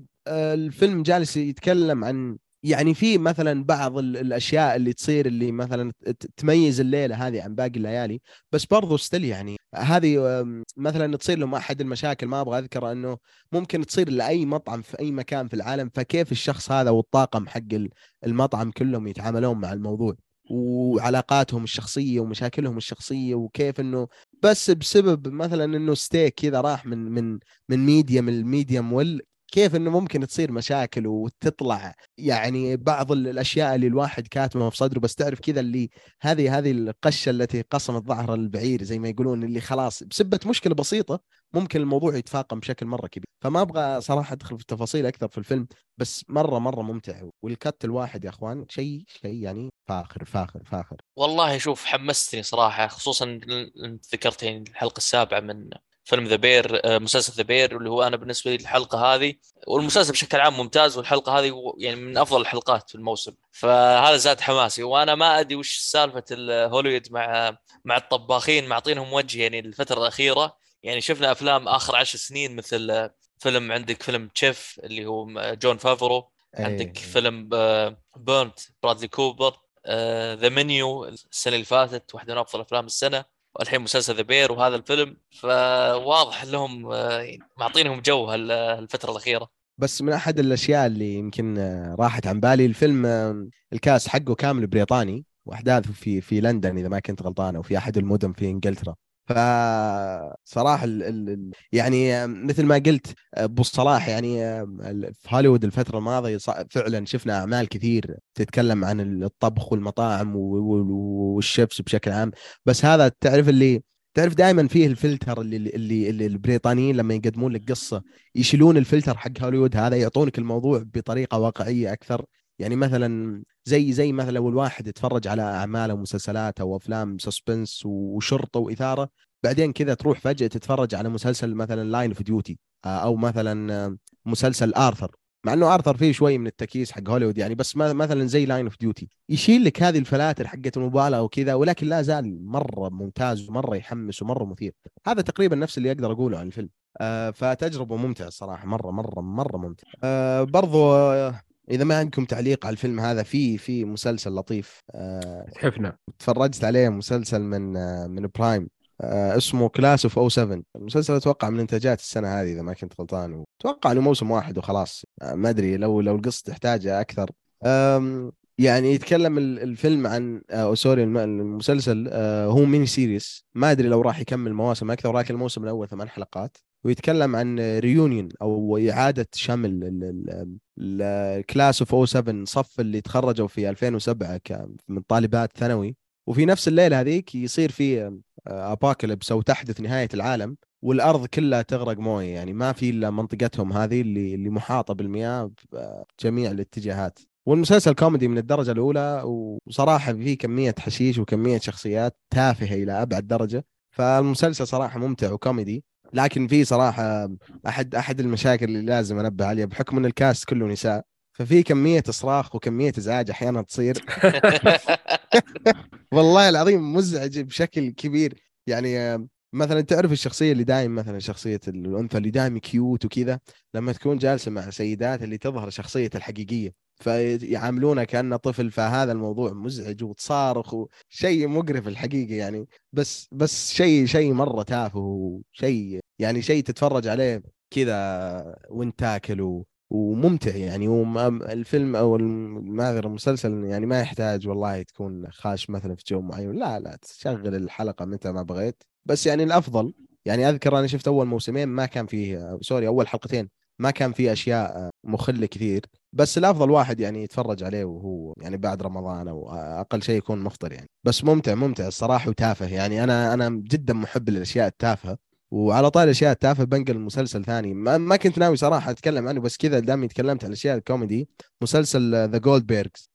الفيلم جالس يتكلم عن، يعني في مثلا بعض الاشياء اللي تصير اللي مثلا تميز الليله هذه عن باقي الليالي، بس برضو ستيل يعني هذه مثلا تصير لهم احد المشاكل ما ابغى اذكره، انه ممكن تصير لاي مطعم في اي مكان في العالم، فكيف الشخص هذا والطاقم حق المطعم كلهم يتعاملون مع الموضوع، وعلاقاتهم الشخصيه ومشاكلهم الشخصيه، وكيف انه بس بسبب مثلا انه ستيك كذا راح من ميديم الميديم كيف انه ممكن تصير مشاكل وتطلع يعني بعض الاشياء اللي الواحد كاتمها في صدره، بس تعرف كذا اللي هذه القشه التي قصمت ظهر البعير زي ما يقولون، اللي خلاص بسبة مشكله بسيطه ممكن الموضوع يتفاقم بشكل مره كبير. فما ابغى صراحه ادخل في التفاصيل اكثر في الفيلم، بس مره ممتع. والكت الواحد يا اخوان شيء يعني فاخر.
والله شوف حمستني صراحه، خصوصا انت ذكرت يعني الحلقه السابعه من فيلم ذا بير، مسلسل ذا بير، اللي هو انا بالنسبه لي الحلقه هذه والمسلسل بشكل عام ممتاز، والحلقه هذه يعني من افضل الحلقات في الموسم، فهذا زاد حماسي. وانا ما ادري وش سالفه هوليوود مع الطباخين معطينهم وجه يعني الفتره الاخيره. يعني شفنا افلام اخر 10 سنين مثل عندك فيلم تشيف اللي هو جون فافرو، عندك
ايه
فيلم بيرنت برادلي كوبر، ذا منيو السنه اللي فاتت، واحده من افضل افلام السنه، والحين مسلسل ذا بير وهذا الفيلم، فواضح لهم معطينهم جو الفتره الاخيره.
بس من احد الاشياء اللي يمكن راحت عن بالي الفيلم، الكاس حقه كامل بريطاني، واحداثه في لندن اذا ما كنت غلطان، او في احد المدن في انجلترا. فصراحة يعني مثل ما قلت ابو صلاح، يعني في هوليوود الفترة الماضية فعلا شفنا اعمال كثير تتكلم عن الطبخ والمطاعم والشيفs بشكل عام. بس هذا تعرف دائما فيه الفلتر اللي البريطانيين لما يقدمون لك قصة يشيلون الفلتر حق هوليوود هذا، يعطونك الموضوع بطريقة واقعية أكثر. يعني مثلا زي مثلا لو الواحد يتفرج على أعمال أو مسلسلات أو أفلام سسبنس وشرطة وإثارة، بعدين كذا تروح فجأة تتفرج على مسلسل مثلا لاين اوف ديوتي، أو مثلا مسلسل آرثر، مع انه ارثر فيه شوي من التكييس حق هوليوود يعني، بس مثلا زي لاين اوف ديوتي يشيل لك هذه الفلاتر حقت المبالغه وكذا، ولكن لا زال مره ممتاز ومره يحمس ومره مثير. هذا تقريبا نفس اللي اقدر اقوله عن الفيلم. فتجربه ممتعه الصراحه، مره مره مره ممتعه. برضو اذا ما عندكم تعليق على الفيلم هذا، في مسلسل لطيف
تحفنا.
تفرجت عليه، مسلسل من برايم، اسمه كلاس اوف او 7. المسلسل اتوقع من انتاجات السنه هذه اذا ما كنت غلطان، واتوقع انه موسم واحد وخلاص. ما ادري لو القصه تحتاج اكثر. يعني يتكلم الفيلم عن سوري المسلسل هو ميني سيريس، ما ادري لو راح يكمل مواسم اكثر، ولكن الموسم الاول 8 حلقات. ويتكلم عن ريونيون او اعاده شمل الكلاس اوف او 7، صف اللي تخرجوا في 2007 من طالبات ثانوي. وفي نفس الليله هذيك يصير في ابوكاليبس او تحدث نهايه العالم، والارض كلها تغرق مويه، يعني ما في الا منطقتهم هذه اللي محاطه بالمياه بجميع الاتجاهات. والمسلسل كوميدي من الدرجه الاولى، وصراحه فيه كميه حشيش وكميه شخصيات تافهه الى ابعد درجه. فالمسلسل صراحه ممتع وكوميدي، لكن فيه صراحه احد المشاكل اللي لازم انبه عليها بحكم ان الكاست كله نساء، ففي كميه صراخ وكميه ازعاج احيانا تصير. والله العظيم مزعج بشكل كبير. يعني مثلا تعرف الشخصية اللي دايم، مثلا شخصية الأنثى اللي دايم كيوت وكذا، لما تكون جالسة مع سيدات اللي تظهر شخصية الحقيقية فيعاملونه كأنه طفل، فهذا الموضوع مزعج وتصارخ وشيء مقرف الحقيقة يعني. بس شيء مرة تافه، وشيء يعني شيء تتفرج عليه كذا وانت تاكل، وممتع يعني. الفيلم او المعذرة المسلسل يعني ما يحتاج والله تكون خاش مثلا في جو معين، لا تشغل الحلقة متى ما بغيت. بس يعني الافضل، يعني اذكر انا شفت اول موسمين ما كان فيه، سوري اول حلقتين ما كان فيه اشياء مخلة كثير. بس الافضل واحد يعني يتفرج عليه وهو يعني بعد رمضان او اقل شيء يكون مفطر يعني. بس ممتع الصراحة وتافه، يعني انا جدا محب للاشياء التافهة. وعلى طاري الاشياء التافهه بنقل مسلسل ثاني ما كنت ناوي صراحه اتكلم عنه، بس كذا دامي تكلمت عن الاشياء الكوميدي، مسلسل ذا جولدبيرجز.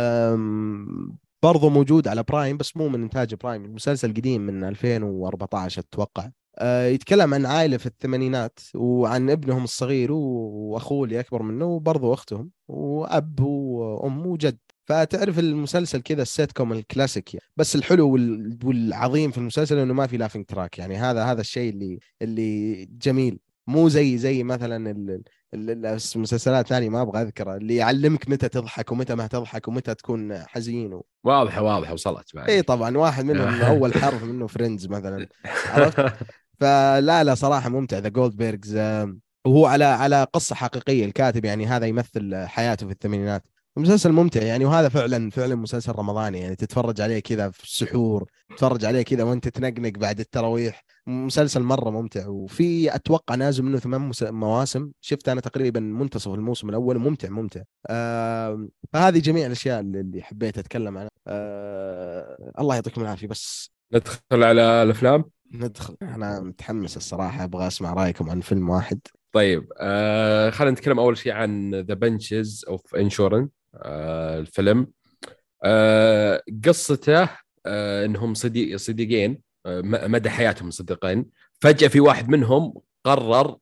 برضو موجود على برايم، بس مو من انتاج برايم، المسلسل قديم من 2014 اتوقع. يتكلم عن عائله في الثمانينات، وعن ابنهم الصغير واخوه اللي اكبر منه، وبرضو اختهم، واب وام وجد. فتعرف المسلسل كذا السيت كوم الكلاسيك يعني. بس الحلو والعظيم في المسلسل انه ما في لافينج تراك، يعني هذا الشيء اللي جميل. مو زي مثلا المسلسلات الثانيه ما ابغى اذكرها، اللي يعلمك متى تضحك ومتى ما تضحك ومتى تكون حزين
واضحه وصلت
اي
بعد.
طبعا واحد منهم اول حرف منه فريندز مثلا، عرفت. فلا صراحه ممتع ذا جولد بيرجز. وهو على قصه حقيقيه، الكاتب يعني هذا يمثل حياته في الثمانينات. مسلسل ممتع يعني، وهذا فعلا مسلسل رمضاني يعني، تتفرج عليه كذا في السحور، تتفرج عليه كذا وانت تنقنق بعد التراويح. مسلسل مره ممتع، وفي اتوقع نازل منه 8 مواسم، شفت انا تقريبا منتصف الموسم الاول، ممتع. فهذه جميع الاشياء اللي حبيت اتكلم عنها. الله يعطيكم العافيه. بس
ندخل على الافلام.
ندخل، انا متحمس الصراحه، ابغى اسمع رايكم عن فيلم واحد.
طيب خلينا نتكلم اول شيء عن ذا بنشز اوف انشورن. الفيلم قصته انهم صديقين، مدى حياتهم صديقين. فجأة في واحد منهم قرر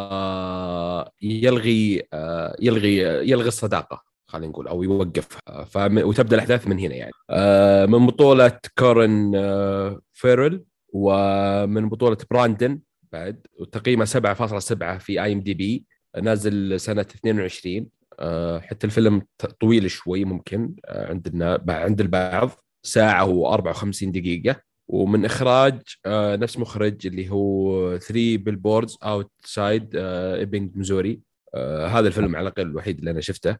يلغي الصداقة، خلينا نقول، او يوقفها. وتبدا الاحداث من هنا يعني. من بطولة كورن فيرل، ومن بطولة براندن بعد، وتقييمه 7.7 في IMDb، نازل سنة 22. حتى الفيلم طويل شوي ممكن عند البعض ساعة و54 دقيقة. ومن إخراج نفس مخرج اللي هو 3 بيلبوردز أوتسايد إيبنج ميزوري. هذا الفيلم على الأقل الوحيد اللي أنا شفته.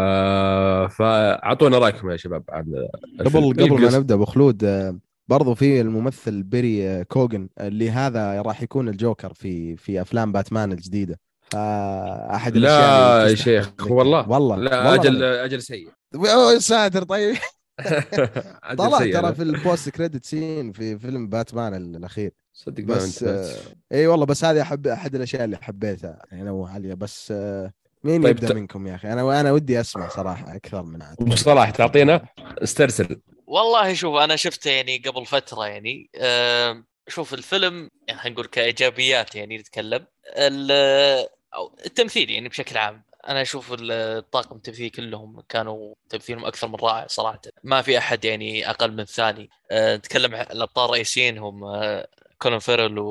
فأعطونا رأيكم يا شباب عن الفيلم.
قبل ما نبدا بخلود، برضو في الممثل بيري كوغن اللي هذا راح يكون الجوكر في افلام باتمان الجديده. فاحد الاشياء اللي
لا يا
تستحق
شيخ
الذكر.
والله لا،
والله
أجل سيء.
يا ساتر طيب.
أجل
طلع
سيء
ترى
أنا.
في البوست كريدت سين في فيلم باتمان الاخير.
صدق ما
بس
انتبهت.
اي والله، بس هذه احد الاشياء اللي حبيتها يعني وعاليه. بس مين
طيب
يبدا منكم يا اخي؟ انا ودي اسمع صراحه اكثر من عاد.
بصراحة تعطينا استرسل.
والله شوف، انا شفته يعني قبل فتره يعني. شوف الفيلم يعني خلينا نقول كايجابيات، يعني نتكلم أو التمثيل يعني بشكل عام. انا اشوف الطاقم التمثيلي كلهم كانوا تمثيلهم اكثر من رائع صراحه، ما في احد يعني اقل من الثاني. نتكلم عن الابطال الرئيسيين هم كولين فيرل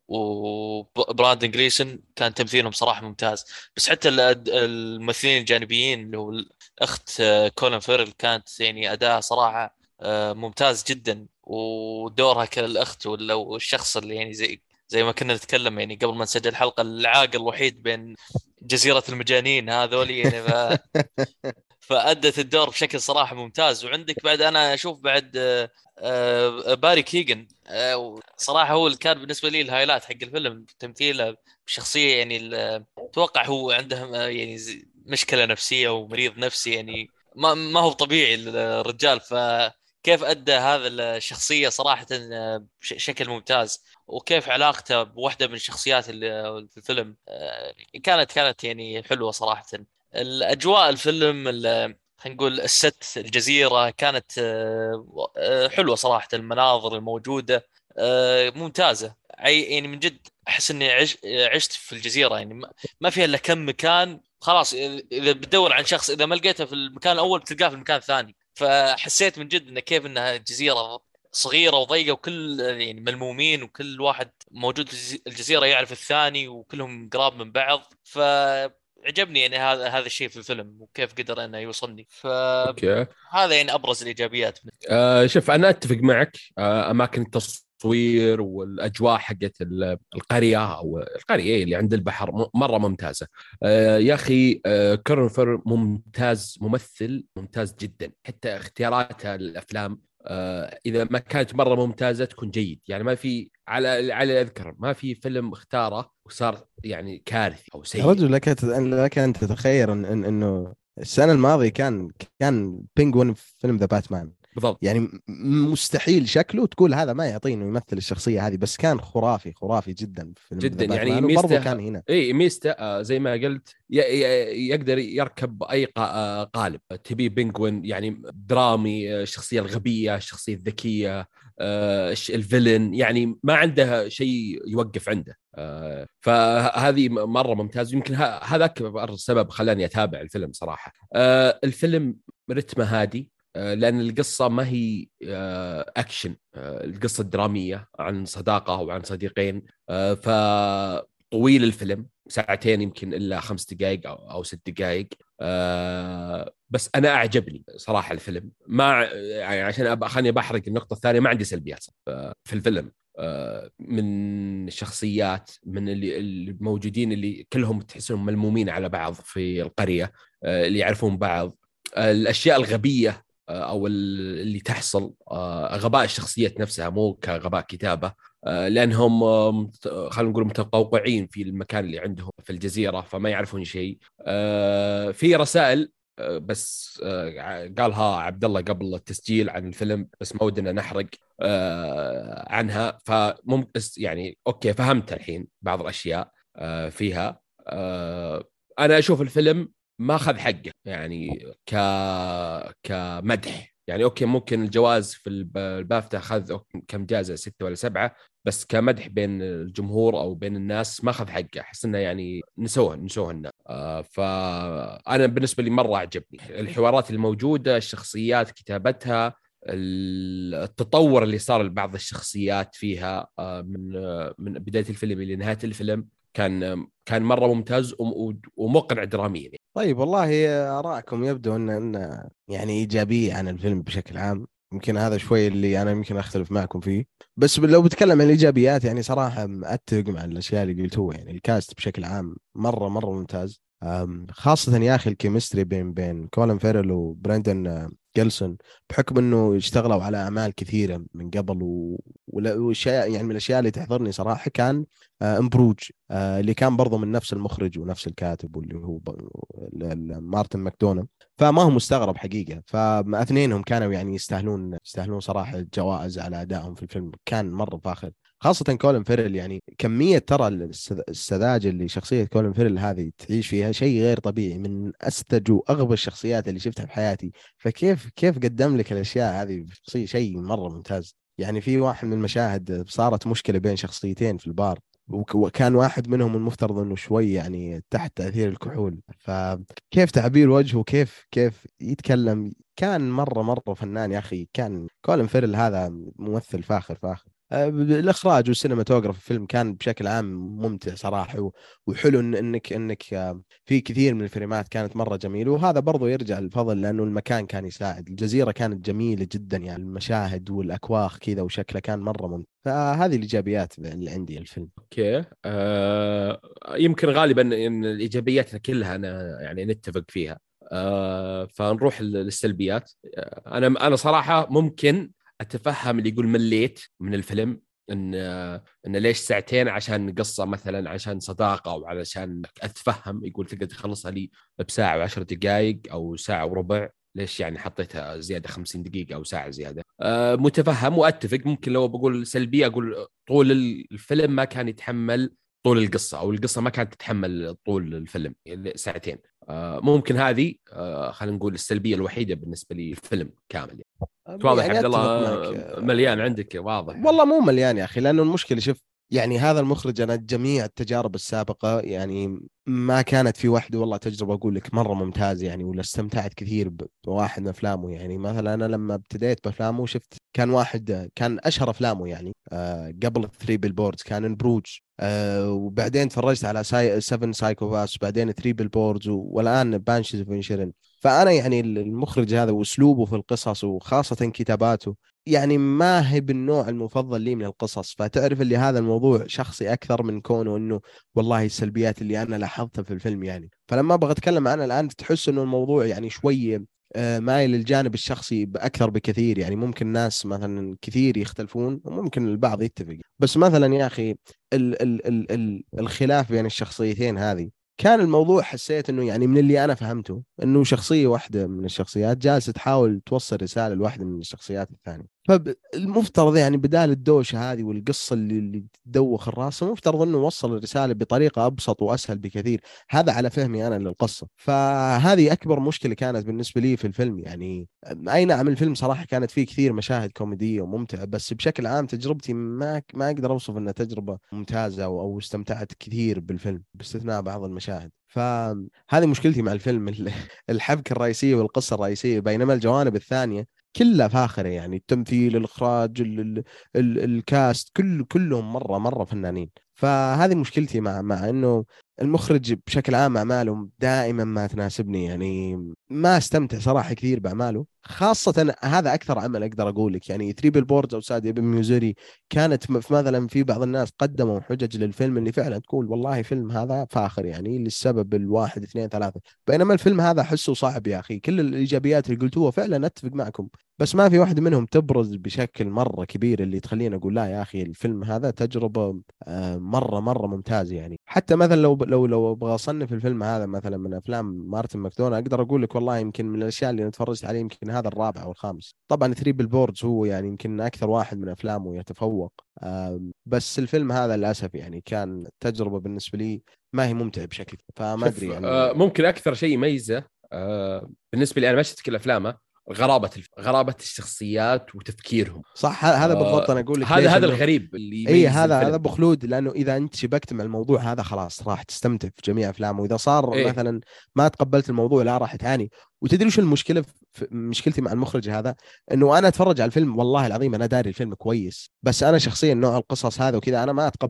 وبراندن جريسون، كان تمثيلهم صراحه ممتاز. بس حتى الممثلين الجانبيين اللي هو الاخت كولين فيرل كانت يعني اداء صراحه ممتاز جدا، ودورها كالاخت ولا الشخص اللي يعني زي ما كنا نتكلم يعني قبل ما نسجل الحلقه، العاقل الوحيد بين جزيره المجانين هذول يعني. فأدت الدور بشكل صراحة ممتاز. وعندك بعد أنا أشوف بعد باري كيغن، صراحة هو اللي كان بالنسبة لي الهايلايت حق الفيلم، تمثيله بشخصية يعني أتوقع هو عنده يعني مشكلة نفسية ومريض نفسي يعني، ما هو طبيعي الرجال. فكيف أدى هذا الشخصية صراحة بشكل ممتاز، وكيف علاقته بواحدة من الشخصيات اللي في الفيلم كانت يعني حلوة صراحة. الاجواء الفيلم خلينا نقول الست الجزيره كانت حلوه صراحه، المناظر الموجوده ممتازه. يعني من جد احس اني عشت في الجزيره يعني، ما فيها الا كم مكان. خلاص اذا بتدور عن شخص، اذا ما لقيته في المكان الاول بتلقاه في المكان الثاني. فحسيت من جد انه كيف انها جزيره صغيره وضيقه، وكل يعني ملمومين، وكل واحد موجود في الجزيره يعرف الثاني، وكلهم قراب من بعض. عجبني يعني هذا الشيء في الفيلم، وكيف قدر انه يوصلني.
اوكي.
فهذا يعني ابرز الايجابيات.
شوف انا اتفق معك. اماكن التصوير والاجواء حقت القريه او القريه اللي عند البحر مره ممتازه. يا اخي كورن فيرل ممتاز، ممثل ممتاز جدا. حتى اختياراته للافلام اذا ما كانت مره ممتازه تكون جيد. يعني ما في على اذكر ما في فيلم اختاره وصار يعني كارثي او
يا
سيء.
رجل، لك ان تتخيل انه السنه الماضيه كان بينجوين في فيلم ذا باتمان.
بالضبط.
يعني مستحيل شكله تقول هذا ما يعطيه انه يمثل الشخصيه هذه، بس كان خرافي جدا في فيلم ذا
جدا يعني
باتمان، وبرضه
ميزته.
كان هنا.
اي ميزته زي ما قلت يقدر يركب اي قالب تبي. بينجوين يعني درامي، الشخصيه الغبيه، الشخصيه الذكيه، الفيلن، يعني ما عنده شيء يوقف عنده. فهذه مره ممتاز. يمكن هذا اكبر سبب خلاني اتابع الفيلم صراحه. الفيلم رتمه هادي، لأن القصة ما هي أكشن. القصة درامية عن صداقة وعن صديقين. فطويل الفيلم ساعتين يمكن إلا 5 دقائق أو 6 دقائق. بس أنا أعجبني صراحة الفيلم. ما يعني عشان خليني بحرق النقطة الثانية، ما عندي سلبيات في الفيلم. من الشخصيات، من اللي الموجودين اللي كلهم تحسهم ملمومين على بعض في القرية، اللي يعرفون بعض. الأشياء الغبية او اللي تحصل، غباء الشخصيات نفسها مو كغباء كتابه، لانهم خلينا نقول متقوقعين في المكان اللي عندهم في الجزيره، فما يعرفون شيء. في رسائل بس قالها عبد الله قبل التسجيل عن الفيلم، بس ما ودنا نحرق عنها. فممكن يعني اوكي فهمت الحين بعض الاشياء فيها. انا اشوف الفيلم ما اخذ حقه يعني كمدح. يعني اوكي ممكن الجوائز في البافتا اخذ كم جائزه، 6 ولا 7، بس كمدح بين الجمهور او بين الناس ما اخذ حقه. احس انه يعني نسوه الناس. فانا بالنسبه لي مره عجبني الحوارات الموجوده، الشخصيات، كتابتها، التطور اللي صار لبعض الشخصيات فيها من بدايه الفيلم الى نهايه الفيلم. كان مره ممتاز ومقنع دراميا.
طيب والله آراءكم يبدو أن يعني إيجابية عن الفيلم بشكل عام. يمكن هذا شوي اللي أنا يمكن أختلف معكم فيه. بس لو بتكلم عن الإيجابيات يعني صراحة أتفق مع الأشياء اللي قلتوها. يعني الكاست بشكل عام مرة مرة ممتاز. خاصة يا أخي الكيمستري بين كولين فيرل وبرندن جيلسون، بحكم أنه اشتغلوا على أعمال كثيرة من قبل وأشياء يعني من الأشياء اللي تحضرني صراحة كان امبروج اللي كان برضه من نفس المخرج ونفس الكاتب واللي هو مارتن ماكدونا. فما هو مستغرب حقيقة. فاثنينهم كانوا يعني يستاهلون صراحة جوائز على أدائهم في الفيلم، كان مرة فاخر. خاصة كولين فيرل، يعني كمية ترى السذاجة اللي شخصية كولين فيرل هذه تعيش فيها شيء غير طبيعي، من أسذج وأغبى الشخصيات اللي شفتها في حياتي. فكيف قدم لك الأشياء هذه بشخصية، شيء مرة ممتاز. يعني في واحد من المشاهد صارت مشكلة بين شخصيتين في البار، وكان واحد منهم المفترض انه شوي يعني تحت تأثير الكحول. فكيف تعبير وجهه، كيف يتكلم، كان مرة مرة فنان يا اخي. كان كولين فيرل هذا ممثل فاخر فاخر. الاخراج والسينماتوجراف في الفيلم كان بشكل عام ممتع صراحة. وحلو انك في كثير من الفريمات كانت مرة جميلة. وهذا برضو يرجع الفضل لانه المكان كان يساعد. الجزيرة كانت جميلة جدا، يعني المشاهد والاكواخ كذا وشكله كان مرة ممتع. فهذه الايجابيات اللي عندي الفيلم.
اوكي. يمكن غالبا ان الايجابيات كلها انا يعني نتفق فيها. فنروح للسلبيات. انا صراحه ممكن اتفهم اللي يقول مليت من الفيلم، ان ليش ساعتين عشان قصه مثلا، عشان صداقه او علشان اتفهم، يقول تقدر تخلصها لي بساعه وعشر دقائق او ساعه وربع، ليش يعني حطيتها زياده 50 دقيقه او ساعه زياده. متفهم واتفق. ممكن لو بقول سلبيه اقول طول الفيلم ما كان يتحمل طول القصه، او القصه ما كانت تتحمل طول الفيلم يعني ساعتين. ممكن هذه خلينا نقول السلبيه الوحيده بالنسبه لي الفيلم كامل يعني. واضح
يعني
عبد الله
اتفق معك.
مليان عندك واضح.
والله مو مليان يا اخي، لانه المشكله شوف، يعني هذا المخرج انا جميع التجارب السابقه يعني ما كانت في واحده والله تجربه اقول لك مره ممتاز يعني، ولا استمتعت كثير بواحد من افلامه. يعني مثلا انا لما ابتديت بافلامه شفت كان واحد كان اشهر افلامه يعني قبل 3 بيلبوردز كان البروج. وبعدين تفرجت على 7 سايكوباس، بعدين 3 بيلبوردز، والان بانشز اوف انشيرن. فانا يعني المخرج هذا واسلوبه في القصص وخاصه كتاباته يعني ما هي بالنوع المفضل لي من القصص. فتعرف اللي هذا الموضوع شخصي اكثر من كونه انه والله السلبيات اللي انا لاحظتها في الفيلم يعني. فلما ابغى اتكلم عنه الان تحس انه الموضوع يعني شوي مايل للجانب الشخصي اكثر بكثير. يعني ممكن ناس مثلا كثير يختلفون وممكن البعض يتفق. بس مثلا يا اخي ال الخلاف بين الشخصيتين هذه، كان الموضوع حسيت انه يعني من اللي انا فهمته انه شخصيه واحده من الشخصيات جالسه تحاول توصل رساله لواحده من الشخصيات الثانيه. فالمفترض يعني بدال الدوشه هذه والقصه اللي تدوخ الراس، المفترض انه وصل الرساله بطريقه ابسط واسهل بكثير. هذا على فهمي انا للقصه. فهذه اكبر مشكله كانت بالنسبه لي في الفيلم يعني. اي نعم الفيلم صراحه كانت فيه كثير مشاهد كوميديه وممتعه، بس بشكل عام تجربتي ما اقدر اوصف انها تجربه ممتازه او استمتعت كثير بالفيلم باستثناء بعض المشاهد. فهذه مشكلتي مع الفيلم الحبكه الرئيسيه والقصه الرئيسيه، بينما الجوانب الثانيه كلها فاخره. يعني التمثيل، الاخراج، الكاست، كلهم مره مره فنانين. فهذه مشكلتي مع انه المخرج بشكل عام اعماله دائما ما تناسبني. يعني ما استمتع صراحه كثير باعماله. خاصه هذا اكثر عمل اقدر اقول لك يعني تريبل بوردز او سادي ابن ميوزيري كانت مثلا في بعض الناس قدموا حجج للفيلم اللي فعلا تقول والله فيلم هذا فاخر يعني للسبب الواحد اثنين ثلاثه. بينما الفيلم هذا احسه صعب يا اخي. كل الايجابيات اللي قلتوها فعلا اتفق معكم، بس ما في واحد منهم تبرز بشكل مرة كبير اللي تخليني أقول لا يا أخي الفيلم هذا تجربة مرة مرة ممتازة. يعني حتى مثلا لو أبغى أصنف الفيلم هذا مثلا من أفلام مارتن ماكدونا، أقدر أقول لك والله يمكن من الأشياء اللي أنا تفرجت عليه يمكن هذا الرابع أو الخامس. طبعا 3 بالبوردز هو يعني يمكن أكثر واحد من أفلامه يتفوق. بس الفيلم هذا للأسف يعني كان تجربة بالنسبة لي ما هي ممتعة بشكل، فما
شوف،
أدري يعني.
ممكن اكثر شيء يميزه بالنسبه لي انا ما شفت كل افلامه، غرابه الشخصيات وتفكيرهم.
صح، هذا بالضبط أنا أقول لك
هذا
ليش
هذا
إنه
الغريب اللي
اي
يميز
هذا
الفيلم.
بخلود، لانه اذا انت شبكت مع الموضوع هذا خلاص راح تستمتع في جميع افلامه. واذا صار
ايه.
مثلا ما تقبلت الموضوع لا راح تعاني. وتدري وش المشكله مشكلتي مع المخرج هذا؟ انه انا اتفرج على الفيلم والله العظيم انا داري الفيلم كويس، بس انا شخصيا نوع القصص هذا وكذا انا ما اتقبل.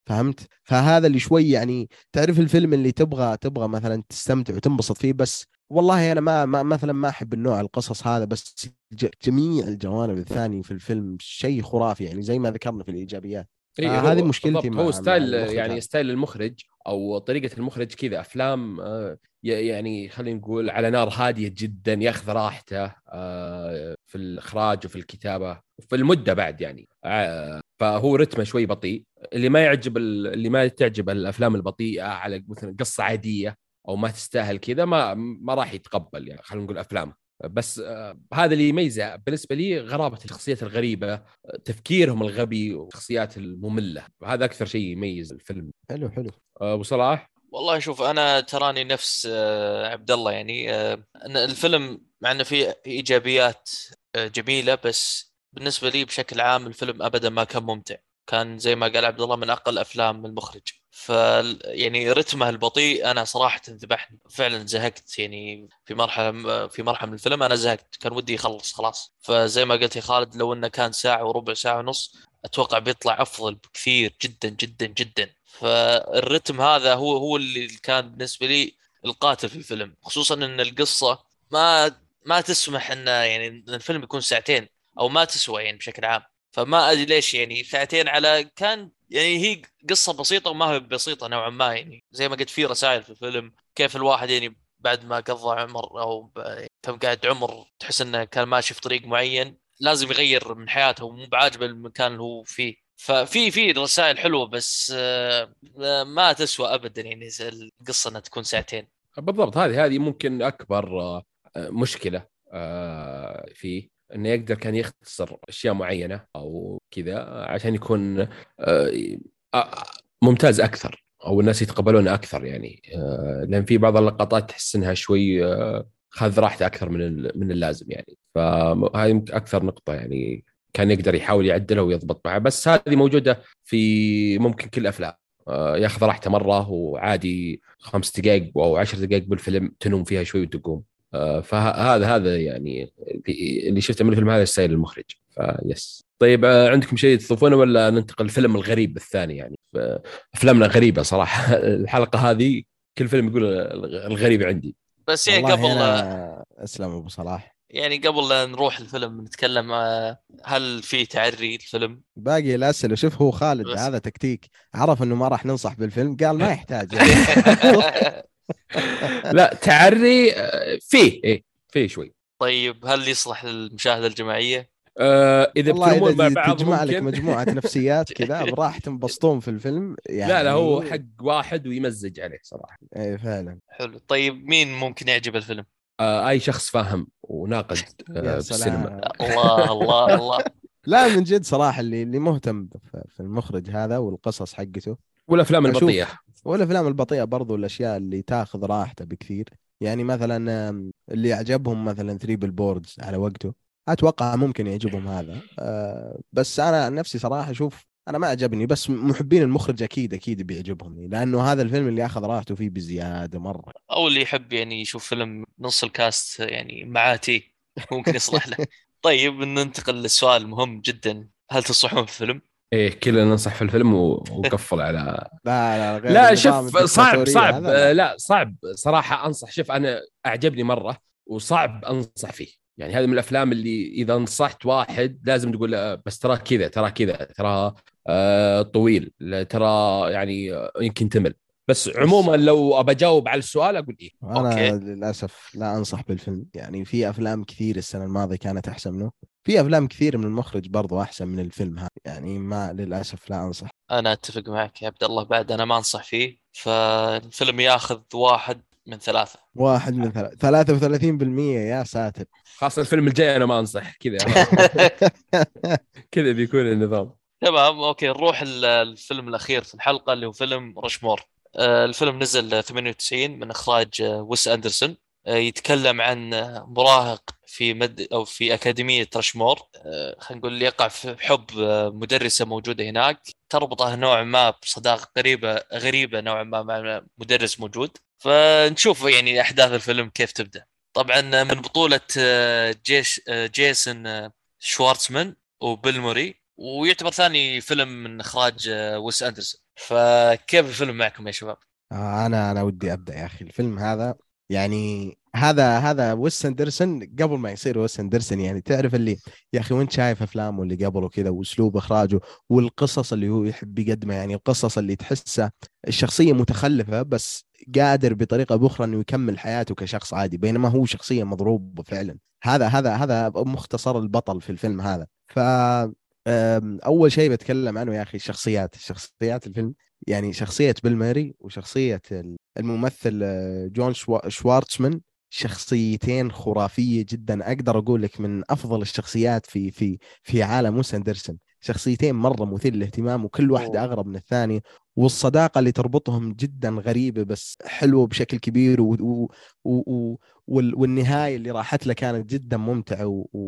فهمت؟ فهذا اللي شوي يعني تعرف الفيلم اللي تبغى مثلا تستمتع وتنبسط فيه، بس والله انا مثلا ما احب النوع القصص هذا، بس جميع الجوانب الثانية في الفيلم شيء خرافي يعني زي ما ذكرنا في الايجابيات.
اي
فهذه
هو
مشكلتي
بالضبط، هو
مع
ستايل
المخرج
يعني
هذا.
ستايل المخرج او طريقه المخرج كذا افلام يعني خلينا نقول على نار هاديه جدا، ياخذ راحته في الاخراج وفي الكتابه وفي المده بعد يعني فهو رتمه شوي بطيء. اللي ما تعجب الافلام البطيئه على مثلا قصه عاديه او ما تستاهل كذا، ما راح يتقبل يعني خلينا نقول افلامه. بس هذا اللي يميزه بالنسبه لي، غرابه الشخصيات الغريبه، تفكيرهم الغبي والشخصيات المملة، هذا أكثر شيء يميز الفيلم.
حلو حلو.
أبو صلاح.
والله شوف، انا تراني نفس عبد الله يعني، ان الفيلم مع انه فيه ايجابيات جميله، بس بالنسبه لي بشكل عام الفيلم ابدا ما كان ممتع. كان زي ما قال عبد الله من اقل افلام المخرج. ف يعني رتمه البطيء انا صراحه ذبحني فعلا، زهقت يعني في مرحله من الفيلم انا زهقت، كان ودي يخلص خلاص. فزي ما قلت يا خالد، لو انه كان ساعه وربع، ساعه ونص، اتوقع بيطلع افضل بكثير جدا جدا جدا. فالرتم هذا هو اللي كان بالنسبه لي القاتل في الفيلم، خصوصا ان القصه ما تسمح ان يعني إن الفيلم يكون ساعتين، او ما تسوى يعني بشكل عام. فما ادري ليش يعني ساعتين على كان يعني هي قصه بسيطه وما هي بسيطه نوعا ما، يعني زي ما قلت في رسائل في الفيلم، كيف الواحد يعني بعد ما قضى عمر كم قاعد عمر تحس انه كان ماشي في طريق معين لازم يغير من حياته ومو بعاجبه المكان اللي هو فيه. ففي رسائل حلوه، بس ما تسوى ابدا يعني القصه انها تكون ساعتين.
بالضبط، هذه ممكن أكبر مشكلة فيه، إنه يقدر كان يختصر أشياء معينة أو كذا عشان يكون آه، ممتاز أكثر، أو الناس يتقبلونه أكثر يعني. لأن في بعض اللقطات تحس إنها شوي خذ راحته أكثر من اللازم يعني. فهذه أكثر نقطة يعني كان يقدر يحاول يعدلها ويضبط معها. بس هذه موجودة في ممكن كل الأفلام. ياخذ راحته مرة وعادي 5 دقائق أو 10 دقائق بالفيلم تنوم فيها شوي وتقوم. فهذا يعني اللي شفته من الفيلم، هذا ستايل المخرج. فيس. طيب عندكم شيء تضيفونه ولا ننتقل الفيلم الغريب الثاني؟ يعني افلامنا غريبه صراحه الحلقه هذه كل فيلم يقول الغريب عندي.
بس يعني
والله
قبل
انا اسلم ابو صلاح.
يعني قبل لا نروح الفيلم نتكلم، هل في تعري الفيلم؟
باقي الاسئله. شوف هو خالد
بس
هذا تكتيك، عرف انه ما راح ننصح بالفيلم قال ما يحتاج يعني.
لا تعري فيه ايه، فيه شوي.
طيب هل يصلح للمشاهدة الجماعية؟
اذا
والله
بتنومون مع
اذا
بعض
تجمع لك
ممكن.
مجموعه نفسيات كذا براح تنبسطون في الفيلم
لا هو
يعني.
حق واحد ويمزج عليه صراحه.
اي فعلا.
حلو. طيب مين ممكن يعجب الفيلم؟
اي شخص فاهم وناقد
يا
بالسينما.
سلام.
الله الله الله.
لا من جد صراحه اللي مهتم في المخرج هذا والقصص حقته.
والافلام البطيئه.
اشوف. والافلام البطيئه برضو الاشياء اللي تاخذ راحته بكثير. يعني مثلا اللي عجبهم مثلا 3 بالبوردز على وقته، اتوقع ممكن يعجبهم هذا. بس انا عن نفسي صراحه اشوف انا ما عجبني، بس محبين المخرج اكيد بيعجبهم، لانه هذا الفيلم اللي اخذ راحته فيه بزياده مره.
او اللي يحب يعني يشوف فيلم نص الكاست يعني معاتي ممكن يصلح له. طيب ننتقل للسؤال المهم جدا، هل تنصحون في الفيلم؟
ايه كلنا ننصح في الفيلم وقفل على.
لا لا غير
لا
النظام
شوف، صعب
الدكتاتوريه
صعب
هذا لا.
لا صعب صراحة أنصح. شوف أنا أعجبني مرة وصعب أنصح فيه يعني. هذه من الأفلام اللي إذا نصحت واحد لازم تقول له بس ترى كذا ترى كذا ترى طويل، ترى يعني يمكن تمل. بس
بس
عموما لو أبى أجاوب على السؤال أقول إيه.
انا
اوكي.
للاسف لا انصح بالفيلم. يعني في افلام كثير السنه الماضيه كانت احسن منه، في افلام كثير من المخرج برضو احسن من الفيلم هذا. يعني ما للاسف لا انصح.
انا اتفق معك يا عبد الله، بعد انا ما انصح فيه. فالفيلم ياخذ 1 من 3.
33%. يا ساتر.
خاصة الفيلم الجاي أنا ما أنصح كذا. كذا بيكون النظام.
تمام اوكي، نروح الفيلم الاخير في الحلقه اللي هو فيلم رشمور. الفيلم نزل 98 من اخراج ويس اندرسون. يتكلم عن مراهق في او في اكاديميه رشمور. خلينا نقول يقع في حب مدرسه موجوده هناك، تربطه نوعا ما بصداقه غريبه نوعا ما مع مدرس موجود. فنشوف يعني احداث الفيلم كيف تبدا. طبعا من بطوله جيسون شوارتزمان وبيل موري، ويعتبر ثاني فيلم من اخراج ويس اندرسون. فكيف الفيلم معكم يا شباب؟
انا ودي ابدا يا اخي. الفيلم هذا يعني هذا ويس اندرسون قبل ما يصير ويس اندرسون. يعني تعرف اللي يا اخي وانت شايف افلامه اللي قبله كذا واسلوب اخراجه والقصص اللي هو يحب يقدمها، يعني القصص اللي تحسه الشخصيه متخلفه بس قادر بطريقه باخرى انه يكمل حياته كشخص عادي، بينما هو شخصيه مضروبه فعلا. هذا مختصر البطل في الفيلم هذا. ف اول شيء بتكلم عنه يا اخي الشخصيات الفيلم. يعني شخصية بيل ماري وشخصية الممثل جون شوارتزمان، شخصيتين خرافية جدا. أقدر أقول لك من أفضل الشخصيات في عالم ويس أندرسون. شخصيتين مرة مثير للاهتمام وكل واحدة
أوه.
أغرب من الثانية، والصداقة اللي تربطهم جدا غريبة بس حلوة بشكل كبير و... والنهاية اللي راحت له كانت جدا ممتعة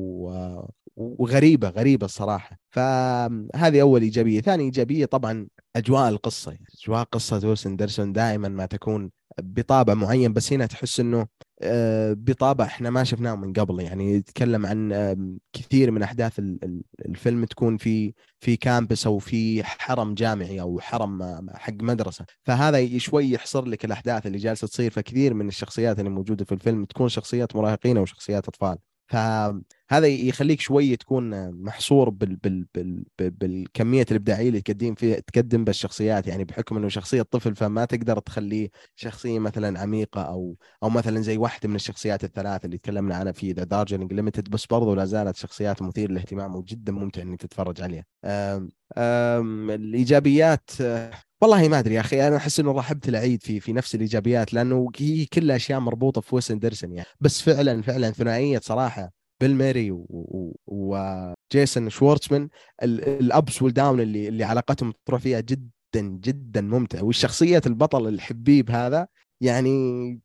وغريبة الصراحة. فهذه أول إيجابية. ثاني إيجابية طبعا أجواء القصة. يعني أجواء قصة ويس أندرسون دائما ما تكون بطابع معين، بس هنا تحس إنه بطابع احنا ما شفناه من قبل. يعني يتكلم عن كثير من أحداث الفيلم تكون في كامبس أو في حرم جامعي أو حرم حق مدرسة، فهذا شوي يحصر لك الأحداث اللي جالسة تصير. فكثير من الشخصيات اللي موجودة في الفيلم تكون شخصيات مراهقين أو شخصيات أطفال، فهذا يخليك شوي تكون محصور بالكمية الإبداعية اللي تقدم بالشخصيات. يعني بحكم إنه شخصية طفل فما تقدر تخليه شخصية مثلا عميقة أو مثلا زي واحدة من الشخصيات الثلاث اللي تكلمنا عنها في ذا دارجلينج ليميتد، بس برضو لا زالت شخصيات مثيرة للاهتمام وجدا ممتع إنك تتفرج عليها. الإيجابيات والله ما ادري يا اخي. انا احس انه راح ابتل عيد في نفس الايجابيات لانه هي كلها اشياء مربوطه في ويس اندرسون يعني. بس فعلا ثنائيه صراحه بيل ميري وجيسون شوارتزمان، الابس والداون اللي علاقتهم تروح فيها جدا جدا ممتع. والشخصيه البطل الحبيب هذا يعني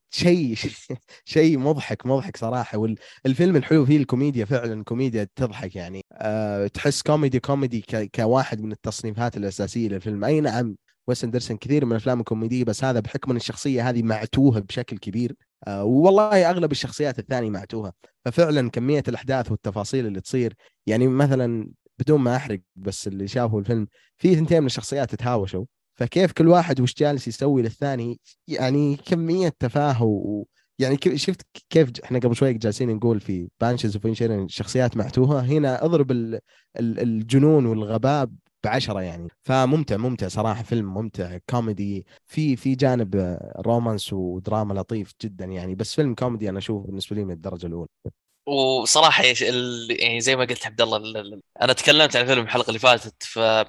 شيء مضحك صراحه. والفيلم الحلو فيه الكوميديا، فعلا كوميديا تضحك يعني. تحس كوميدي كواحد من التصنيفات الاساسيه للفيلم. اي نعم ويس اندرسون كثير من الافلام الكوميديه، بس هذا بحكم ان الشخصيه هذه معتوهه بشكل كبير. والله اغلب الشخصيات الثانيه معتوهه. ففعلا كميه الاحداث والتفاصيل اللي تصير، يعني مثلا بدون ما احرق بس اللي شافوا الفيلم، في ثنتين من الشخصيات تهاوشوا، فكيف كل واحد وش جالس يسوي للثاني. يعني كميه تفاهه يعني شفت كيف احنا قبل شوي جالسين نقول في بانشز اوف انشيرن شخصيات معتوهه، هنا اضرب الجنون والغباء بعشرة يعني. فممتع صراحة. فيلم ممتع كوميدي في جانب رومانس ودراما لطيف جدا يعني. بس فيلم كوميدي أنا أشوفه بالنسبة لي من الدرجة الأولى.
وصراحه يعني زي ما قلت عبد الله، انا تكلمت عن الفيلم الحلقه اللي فاتت.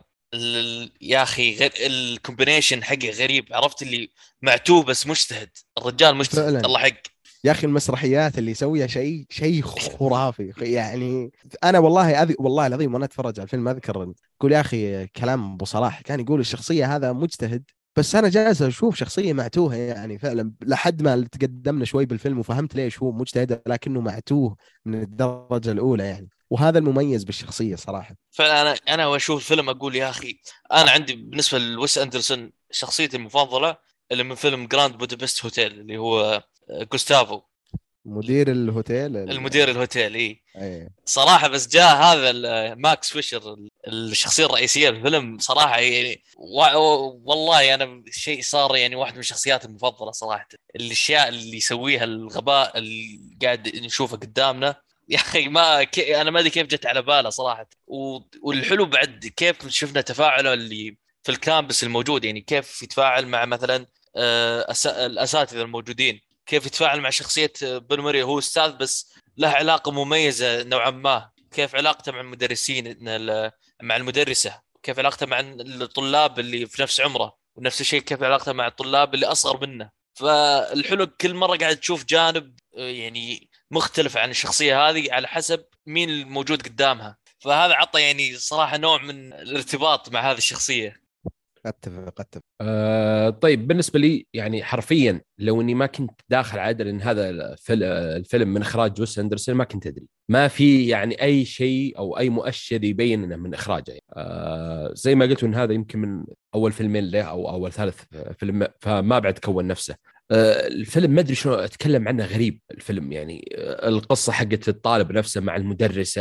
يا اخي غير الكومبينيشن حقه غريب، عرفت اللي معتوه بس مجتهد. الرجال مجتهد
فعلا
الله حق.
يا اخي المسرحيات اللي يسويها شيء خرافي يعني. انا والله العظيم وانا اتفرج على الفيلم اذكر يقول يا اخي كلام ابو صلاح كان يقول الشخصيه هذا مجتهد، بس انا جالس اشوف شخصيه معتوهه يعني فعلا. لحد ما تقدمنا شوي بالفيلم وفهمت ليش هو مجتهد لكنه معتوه من الدرجه الاولى يعني. وهذا المميز بالشخصيه صراحه.
فانا اشوف الفيلم اقول يا اخي، انا عندي بالنسبه لويس اندرسون شخصيتي المفضله اللي من فيلم جراند بودابست هوتيل، اللي هو جوستافو،
مدير الهوتيل
المدير الهوتيل. اي
ايه.
صراحه بس جاء هذا ماكس فيشر الشخصيه الرئيسيه في الفيلم صراحه يعني والله انا شيء صار يعني واحد من الشخصيات المفضله صراحه. الاشياء اللي يسويها، الغباء اللي قاعد نشوفه قدامنا يا اخي انا ما ادري كيف جت على باله صراحه. والحلو بعد كيف شفنا تفاعله اللي في الكامبس الموجود، يعني كيف يتفاعل مع مثلا الاساتذه الموجودين، كيف يتفاعل مع شخصيه بن موري. هو استاذ بس له علاقه مميزه نوعا ما. كيف علاقته مع المدرسين، مع المدرسه، كيف علاقته مع الطلاب اللي في نفس عمره، ونفس الشيء كيف علاقته مع الطلاب اللي اصغر منه. فالحلو كل مره قاعد تشوف جانب يعني مختلف عن الشخصيه هذه على حسب مين الموجود قدامها. فهذا عطى يعني صراحه نوع من الارتباط مع هذه الشخصيه.
اتفق.
طيب بالنسبه لي يعني حرفيا لو اني ما كنت داخل عادل ان هذا الفيلم من اخراج ويس اندرسون ما كنت ادري. ما في يعني اي شيء او اي مؤشر يبين انه من اخراجه يعني. زي ما قلت ان هذا يمكن من اول فيلمين له او اول ثالث فيلم، فما بعد كون نفسه. الفيلم ما ادري شنو اتكلم عنه، غريب الفيلم يعني. القصه حقت الطالب نفسه مع المدرسه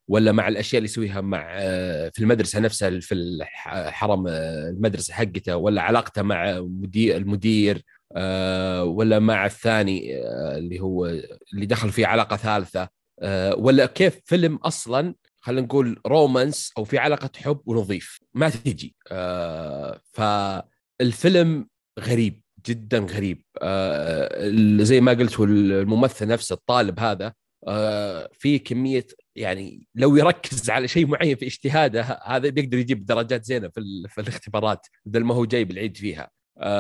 ولا مع الاشياء اللي يسويها مع في المدرسه نفسها، في الحرم المدرسه حقته، ولا علاقته مع المدير ولا مع الثاني اللي هو اللي دخل فيه علاقه ثالثه، ولا كيف فيلم اصلا خلينا نقول رومانس او في علاقه حب ونظيف ما تيجي. فالفيلم غريب جدا غريب. زي ما قلت، الممثل نفسه الطالب هذا في كمية، يعني لو يركز على شيء معين في اجتهاده هذا بيقدر يجيب درجات زينة في الاختبارات بدل ما هو جاي بالعيد فيها.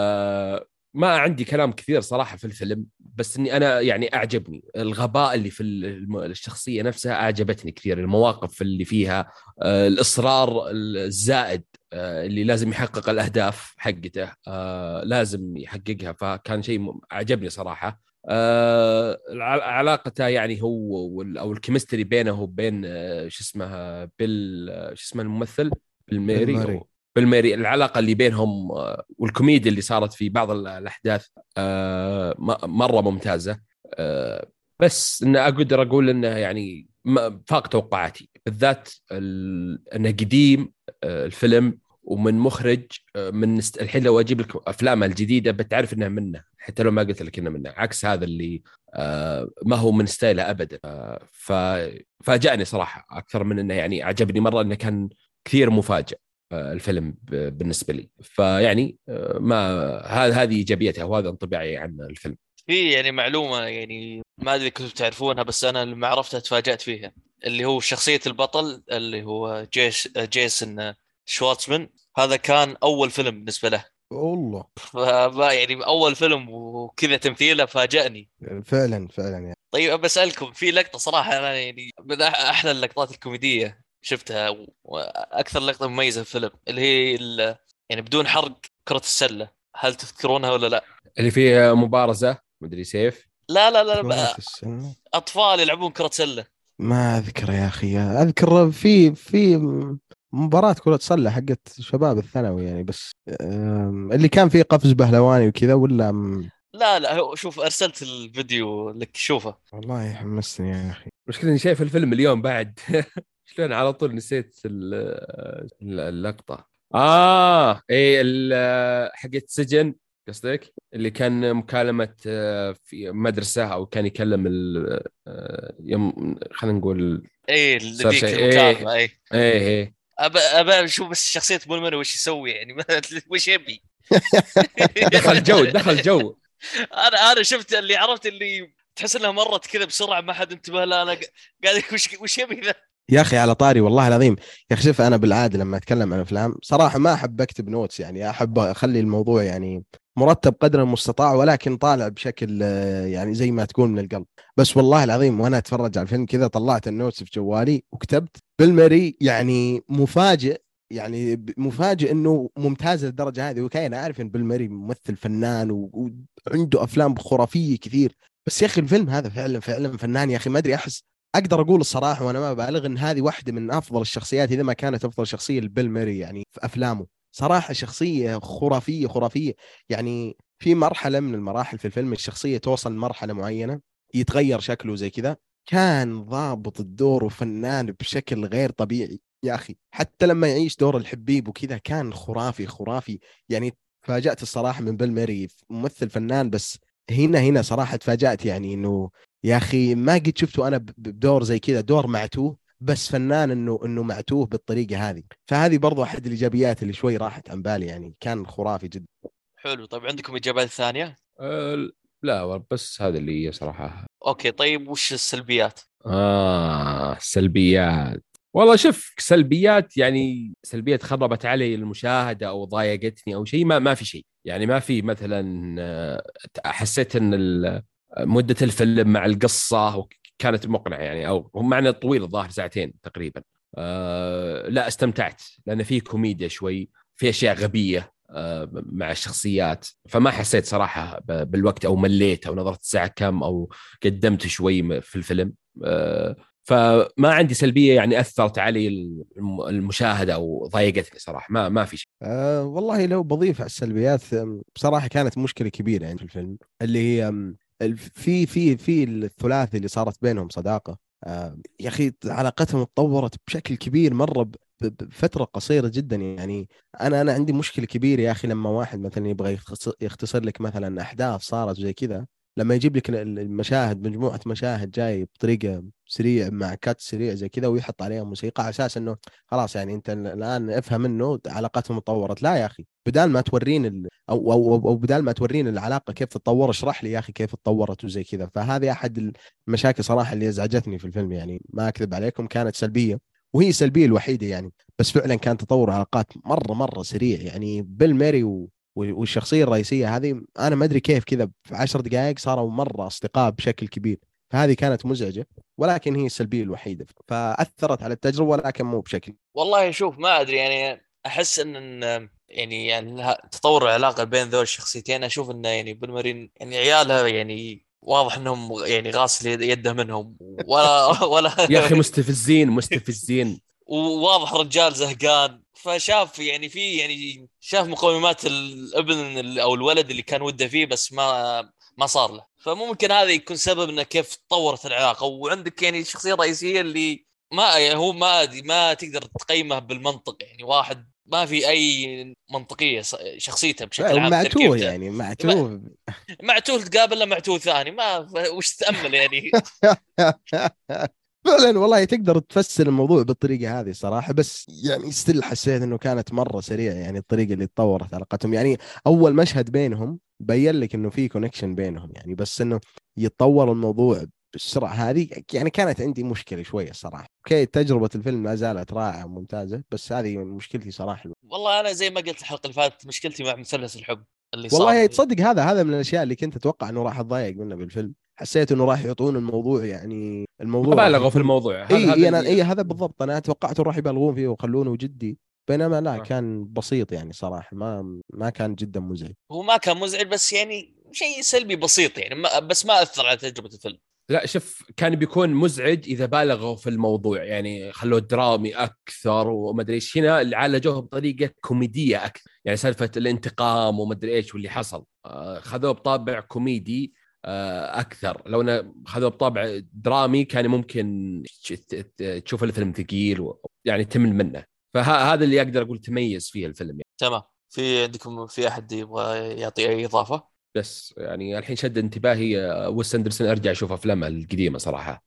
ما عندي كلام كثير صراحة في الفيلم، بس اني انا يعني اعجبني الغباء اللي في الشخصية نفسها، اعجبتني كثير المواقف اللي فيها، الاصرار الزائد اللي لازم يحقق الاهداف حقته، لازم يحققها، فكان شيء اعجبني صراحة. علاقته يعني هو او الكيمستري بينه وبين شو اسمه شو اسمه الممثل بالميري
بالماري.
بالميري، العلاقة اللي بينهم والكوميديا اللي صارت في بعض الأحداث مرة ممتازة. بس إن أقدر أقول إنه يعني فاق توقعاتي، بالذات إنه قديم الفيلم، ومن مخرج من الحين لو أجيب لك أفلامه الجديدة بتعرف إنها منه، حتى لو ما قلت لك إنه منه، عكس هذا اللي ما هو من ستايله أبدا. ففاجأني صراحة أكثر من إنه يعني أعجبني مرة، إنه كان كثير مفاجئ الفيلم بالنسبه لي. فيعني ما هذه ايجابيتها وهذا انطباعي عن الفيلم.
في يعني معلومة يعني ما أدري كنتوا تعرفونها، بس أنا لما عرفتها تفاجأت فيها، اللي هو شخصية البطل اللي هو جيسون شوارتزمان، هذا كان أول فيلم بالنسبة له.
والله
يعني أول فيلم وكذا تمثيله فاجأني.
فعلا فعلا يعني.
طيب بسألكم في لقطة صراحة أنا يعني من أحلى اللقطات الكوميدية شفتها، وأكثر لقطة مميزة في الفيلم، اللي هي يعني بدون حرق كرة السلة، هل تذكرونها ولا لا؟
اللي فيه مبارزه مدري سيف.
لا لا لا
كرة السلة
أطفال يلعبون كرة سلة.
ما أذكر يا أخي، أذكر في مباراة كرة سلة حقت شباب الثانوي يعني، بس اللي كان فيه قفز بهلواني وكذا ولا
لا لا شوف أرسلت الفيديو لك شوفه.
والله حمسني يا أخي.
مشكلة إني شايف الفيلم اليوم بعد شلون على طول نسيت اللقطة. إيه حقت سجن قصدك، اللي كان مكالمة في مدرسة أو كان يكلم يوم خلينا نقول
ايه
صار
ذيك
شيء. إيه
المكالمة ايه.
إيه إيه.
ابى اشوف بس شخصية بولمان وش يسوي يعني وش يبي.
دخل جو.
انا شفت اللي عرفت اللي تحس انها مرت كذا بسرعة ما حد انتبه لها، انا قاعد وش يبي ذا.
يا اخي على طاري والله العظيم يا اخي، شوف انا بالعاده لما اتكلم عن افلام صراحه ما احب اكتب نوتس، يعني احب اخلي الموضوع يعني مرتب قدر المستطاع، ولكن طالع بشكل يعني زي ما تكون من القلب. بس والله العظيم وانا اتفرج على الفيلم كذا طلعت النوتس في جوالي وكتبت بالمري، يعني مفاجئ، يعني مفاجئ انه ممتاز للدرجه هذه. وكاين عارف ان بالمري ممثل فنان وعنده افلام خرافيه كثير، بس يا اخي الفيلم هذا فعلا فعلا فنان يا اخي. ما ادري، احس اقدر اقول الصراحه وانا ما بالغ ان هذه واحده من افضل الشخصيات، اذا ما كانت افضل شخصيه لبيل ميري يعني في افلامه. صراحه شخصيه خرافيه خرافيه. يعني في مرحله من المراحل في الفيلم الشخصيه توصل لمرحله معينه يتغير شكله زي كذا، كان ضابط الدور وفنان بشكل غير طبيعي يا اخي. حتى لما يعيش دور الحبيب وكذا كان خرافي خرافي يعني. تفاجأت الصراحه من بيل ميري، ممثل فنان، بس هنا صراحه تفاجأت يعني انه يا اخي ما قد شفته انا بدور زي كذا، دور معتوه بس فنان انه معتوه بالطريقه هذه. فهذه برضو احد الايجابيات اللي شوي راحت عن بالي، يعني كان خرافي جدا.
حلو. طيب عندكم اجابات ثانية؟
لا بس هذا اللي هي صراحة.
اوكي طيب وش السلبيات؟
سلبيات. والله شوف، سلبيات يعني سلبيات خربت علي المشاهدة أو ضايقتني أو شيء، ما في شيء يعني. ما في مثلا حسيت أن مدة الفيلم مع القصة كانت مقنعة يعني، أو هم معنى طويل الظاهر ساعتين تقريبا. لا استمتعت لأن فيه كوميديا شوي، في أشياء غبية مع الشخصيات، فما حسيت صراحة بالوقت أو مليت أو نظرت الساعة كم أو قدمت شوي في الفيلم. فما عندي سلبية يعني أثرت علي المشاهدة أو ضايقتني صراحة. ما في شيء.
والله لو بضيف على السلبيات، بصراحه كانت مشكله كبيره يعني في الفيلم، اللي هي في الثلاثي اللي صارت بينهم صداقه. يا اخي علاقتهم تطورت بشكل كبير مره بفتره قصيره جدا يعني. انا عندي مشكله كبيره يا اخي لما واحد مثلا يبغى يختصر لك مثلا احداث صارت زي كذا، لما يجيب لك المشاهد، مجموعه مشاهد جاي بطريقه سريع مع كات سريع زي كذا ويحط عليها موسيقى على اساس انه خلاص يعني انت الان افهم انه علاقتهم تطورت. لا يا اخي، بدال ما تورين او بدال ما تورين العلاقه كيف تطور، اشرح لي يا اخي كيف تطورت وزي كذا. فهذه احد المشاكل صراحه اللي ازعجتني في الفيلم، يعني ما اكذب عليكم كانت سلبيه، وهي السلبيه الوحيده يعني. بس فعلا كان تطور علاقات مره مره سريع يعني. بيل ماري والشخصيه الرئيسيه هذه انا ما ادري كيف كذا في 10 دقائق صاروا مره اصدقاء بشكل كبير. فهذه كانت مزعجه، ولكن هي السلبيه الوحيده، فاثرت على التجربه ولكن مو بشكل.
والله شوف ما ادري يعني احس يعني تطور العلاقه بين ذول الشخصيتين اشوف انه يعني بالمرين يعني عيالها يعني واضح انهم يعني غاسل يده منهم ولا
يا اخي مستفزين مستفزين.
وواضح رجال زهقان، فشاف يعني في يعني شاف مقومات الابن او الولد اللي كان وده فيه بس ما صار له. فممكن هذا يكون سبب انه كيف تطورت العلاقه. وعندك يعني الشخصيه الرئيسيه اللي ما يعني هو ما تقدر تقيمه بالمنطق، يعني واحد ما في اي منطقيه شخصيته بشكل عام
معتوه
تركيبته.
يعني معتوه.
معتوه تقابل له معتوه ثاني ما وش تتامل يعني.
فعلا والله تقدر تفسر الموضوع بالطريقة هذه صراحة، بس يعني ستيل حسيت انه كانت مرة سريعة يعني الطريقة اللي تطورت علاقتهم يعني. اول مشهد بينهم بين لك انه في كونكشن بينهم يعني، بس انه يتطور الموضوع بالسرعة هذه يعني كانت عندي مشكلة شوية الصراحة. اوكي تجربة الفيلم ما زالت رائعة وممتازة، بس هذه مشكلتي صراحة.
والله انا زي ما قلت الحلقه اللي فاتت مشكلتي مع مثلث الحب اللي
والله
صار.
تصدق هذا من الاشياء اللي كنت اتوقع انه راح اتضايق منه بالفيلم. حسيت انه راح يعطون الموضوع يعني
ما
الموضوع راح
بالغوا في
يكون.
الموضوع هذا
اي
هذا
انا
اللي.
هذا بالضبط، انا توقعت راح يبالغون فيه ويخلونه جدي، بينما لا
آه.
كان بسيط يعني صراحة، ما كان جدا مزعج.
هو ما كان مزعج بس يعني شيء سلبي بسيط يعني بس ما أثر على تجربة الفيلم.
لا شوف، كان بيكون مزعج اذا بالغوا في الموضوع، يعني خلوه درامي اكثر وما ادري ايش. هنا اللي عالجوه بطريقه كوميديه اكثر، يعني سالفه الانتقام وما ادري ايش واللي حصل خذوه بطابع كوميدي اكثر. لو خذوه بطابع درامي كان ممكن تشوف الفيلم ثقيل يعني تمل منه. فهذا اللي اقدر اقول تميز فيه الفيلم يعني.
تمام. في عندكم في أحد يبغى يعطي أي إضافة؟
بس يعني الحين شد انتباهي ويس أندرسون، ارجع اشوف افلامه القديمه صراحه.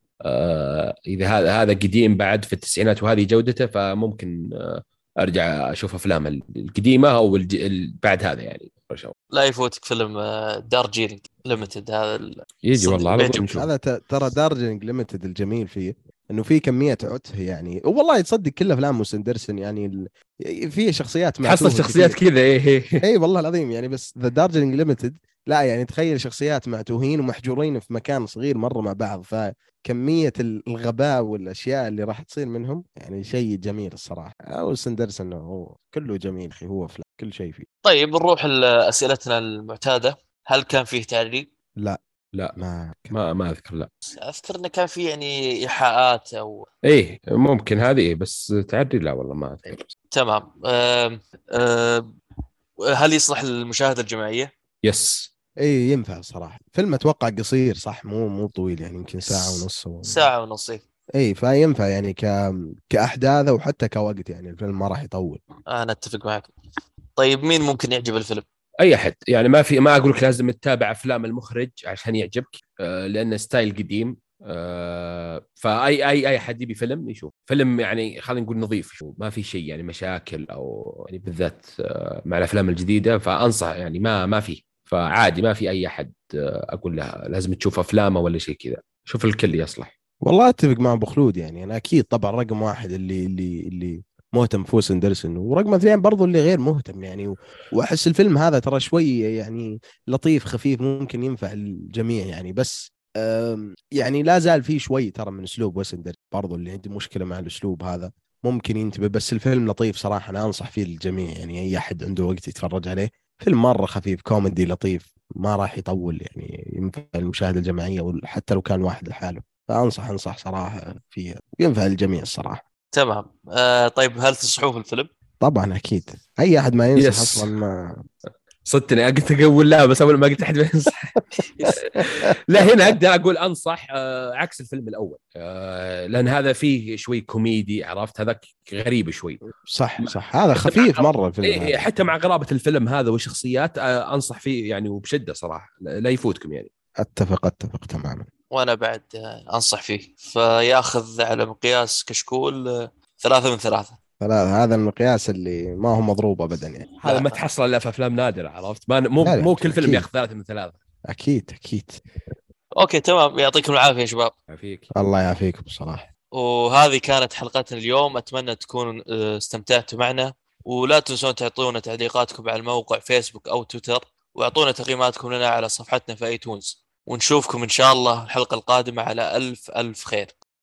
اذا هذا قديم بعد في التسعينات وهذه جودته، فممكن ارجع اشوف افلامه القديمه او بعد هذا يعني.
لا يفوتك فيلم دارجيلينج ليمتد هذا
يجي والله على طول
بيعجبك.
نشوف.
هذا ترى دارجيلينج ليمتد الجميل فيه انه في كمية عته يعني. والله تصدق كل افلام موس اندرسون يعني فيه شخصيات
تحصل
معتوهة
شخصيات
كثير.
كذا ايه.
اي والله العظيم يعني. بس ذا دارجلينج ليمتد لا يعني تخيل شخصيات معتوهين ومحجورين في مكان صغير مره مع بعض، فكميه الغباء والاشياء اللي راح تصير منهم يعني شيء جميل الصراحه. او سندرسون هو كله جميل اخي، هو افلام كل شيء فيه.
طيب نروح لأسئلتنا المعتادة. هل كان فيه تعريق؟
لا
لا
ما
ما اذكر لا.
أذكر أنه كان فيه يعني إيحاءات أو
ايه ممكن هذه إيه، بس تعري لا والله ما اذكر.
تمام. أم... هل يصلح للمشاهدة الجماعية؟
يس.
اي ينفع صراحه. فيلم اتوقع قصير صح، مو طويل يعني يمكن ساعه ونص
ساعة ونص.
اي فينفع يعني كاحداث وحتى كوقت يعني الفيلم ما راح يطول.
أنا أتفق معك. طيب مين ممكن يعجب الفيلم؟
اي احد يعني، ما اقول لك لازم تتابع افلام المخرج عشان يعجبك لانه ستايل قديم. فاي اي احد يبي فيلم يشوف فيلم يعني خلينا نقول نظيف، شو ما في شيء يعني مشاكل او يعني بالذات مع الافلام الجديده. فانصح يعني ما في، فعادي ما في اي احد اقول له لازم تشوف افلامه ولا شيء كذا. شوف الكل يصلح.
والله اتفق مع ابو خلود يعني. انا اكيد طبعا رقم واحد اللي مهتم فوس اندرسون، ورقم اثنين برضو اللي غير مهتم يعني. واحس الفيلم هذا ترى شوي يعني لطيف خفيف ممكن ينفع الجميع يعني. بس يعني لا زال فيه شوي ترى من اسلوب ويس اندرسون برضو اللي عندي مشكله مع الاسلوب هذا ممكن ينتبه. بس الفيلم لطيف صراحه، انا انصح فيه للجميع يعني. اي احد عنده وقت يتفرج عليه، فيلم مره خفيف كوميدي لطيف ما راح يطول يعني، ينفع المشاهده الجماعيه وحتى لو كان واحد لحاله. فأنصح صراحة فيها، ينفع الجميع الصراحة.
تمام. طيب هل تصحوا في الفيلم؟
طبعا أكيد، أي أحد ما ينصح أصلا
يس.
ما.
صدتني قلت اقول لا، بس اول ما قلت احد ينصح. لا هنا اقدر اقول انصح عكس الفيلم الاول، لان هذا فيه شوي كوميدي، عرفت؟ هذاك غريب شوي.
صح هذا
حتى
خفيف
مع
مره الفيلم
إيه،
هذا.
حتى مع غرابه الفيلم هذا والشخصيات انصح فيه يعني وبشده صراحه، لا يفوتكم يعني.
اتفق تماما.
وانا بعد انصح فيه، فياخذ على مقياس كشكول 3 من 3.
هذا المقياس اللي ما هو مضروب ابدا يعني.
هذا
لا
ما تحصل الا في افلام نادره، عرفت؟ ما
لا لا
مو كل فيلم
اكيد
ياخذ 3 من 3.
اكيد.
اوكي تمام، يعطيكم العافيه يا شباب.
فيك.
الله يعافيكم بصراحه.
وهذه كانت حلقتنا اليوم، اتمنى تكونوا استمتعتوا معنا، ولا تنسون تعطونا تعليقاتكم على الموقع فيسبوك او تويتر، واعطونا تقييماتكم لنا على صفحتنا في ايتونز، ونشوفكم ان شاء الله الحلقه القادمه على الف الف خير.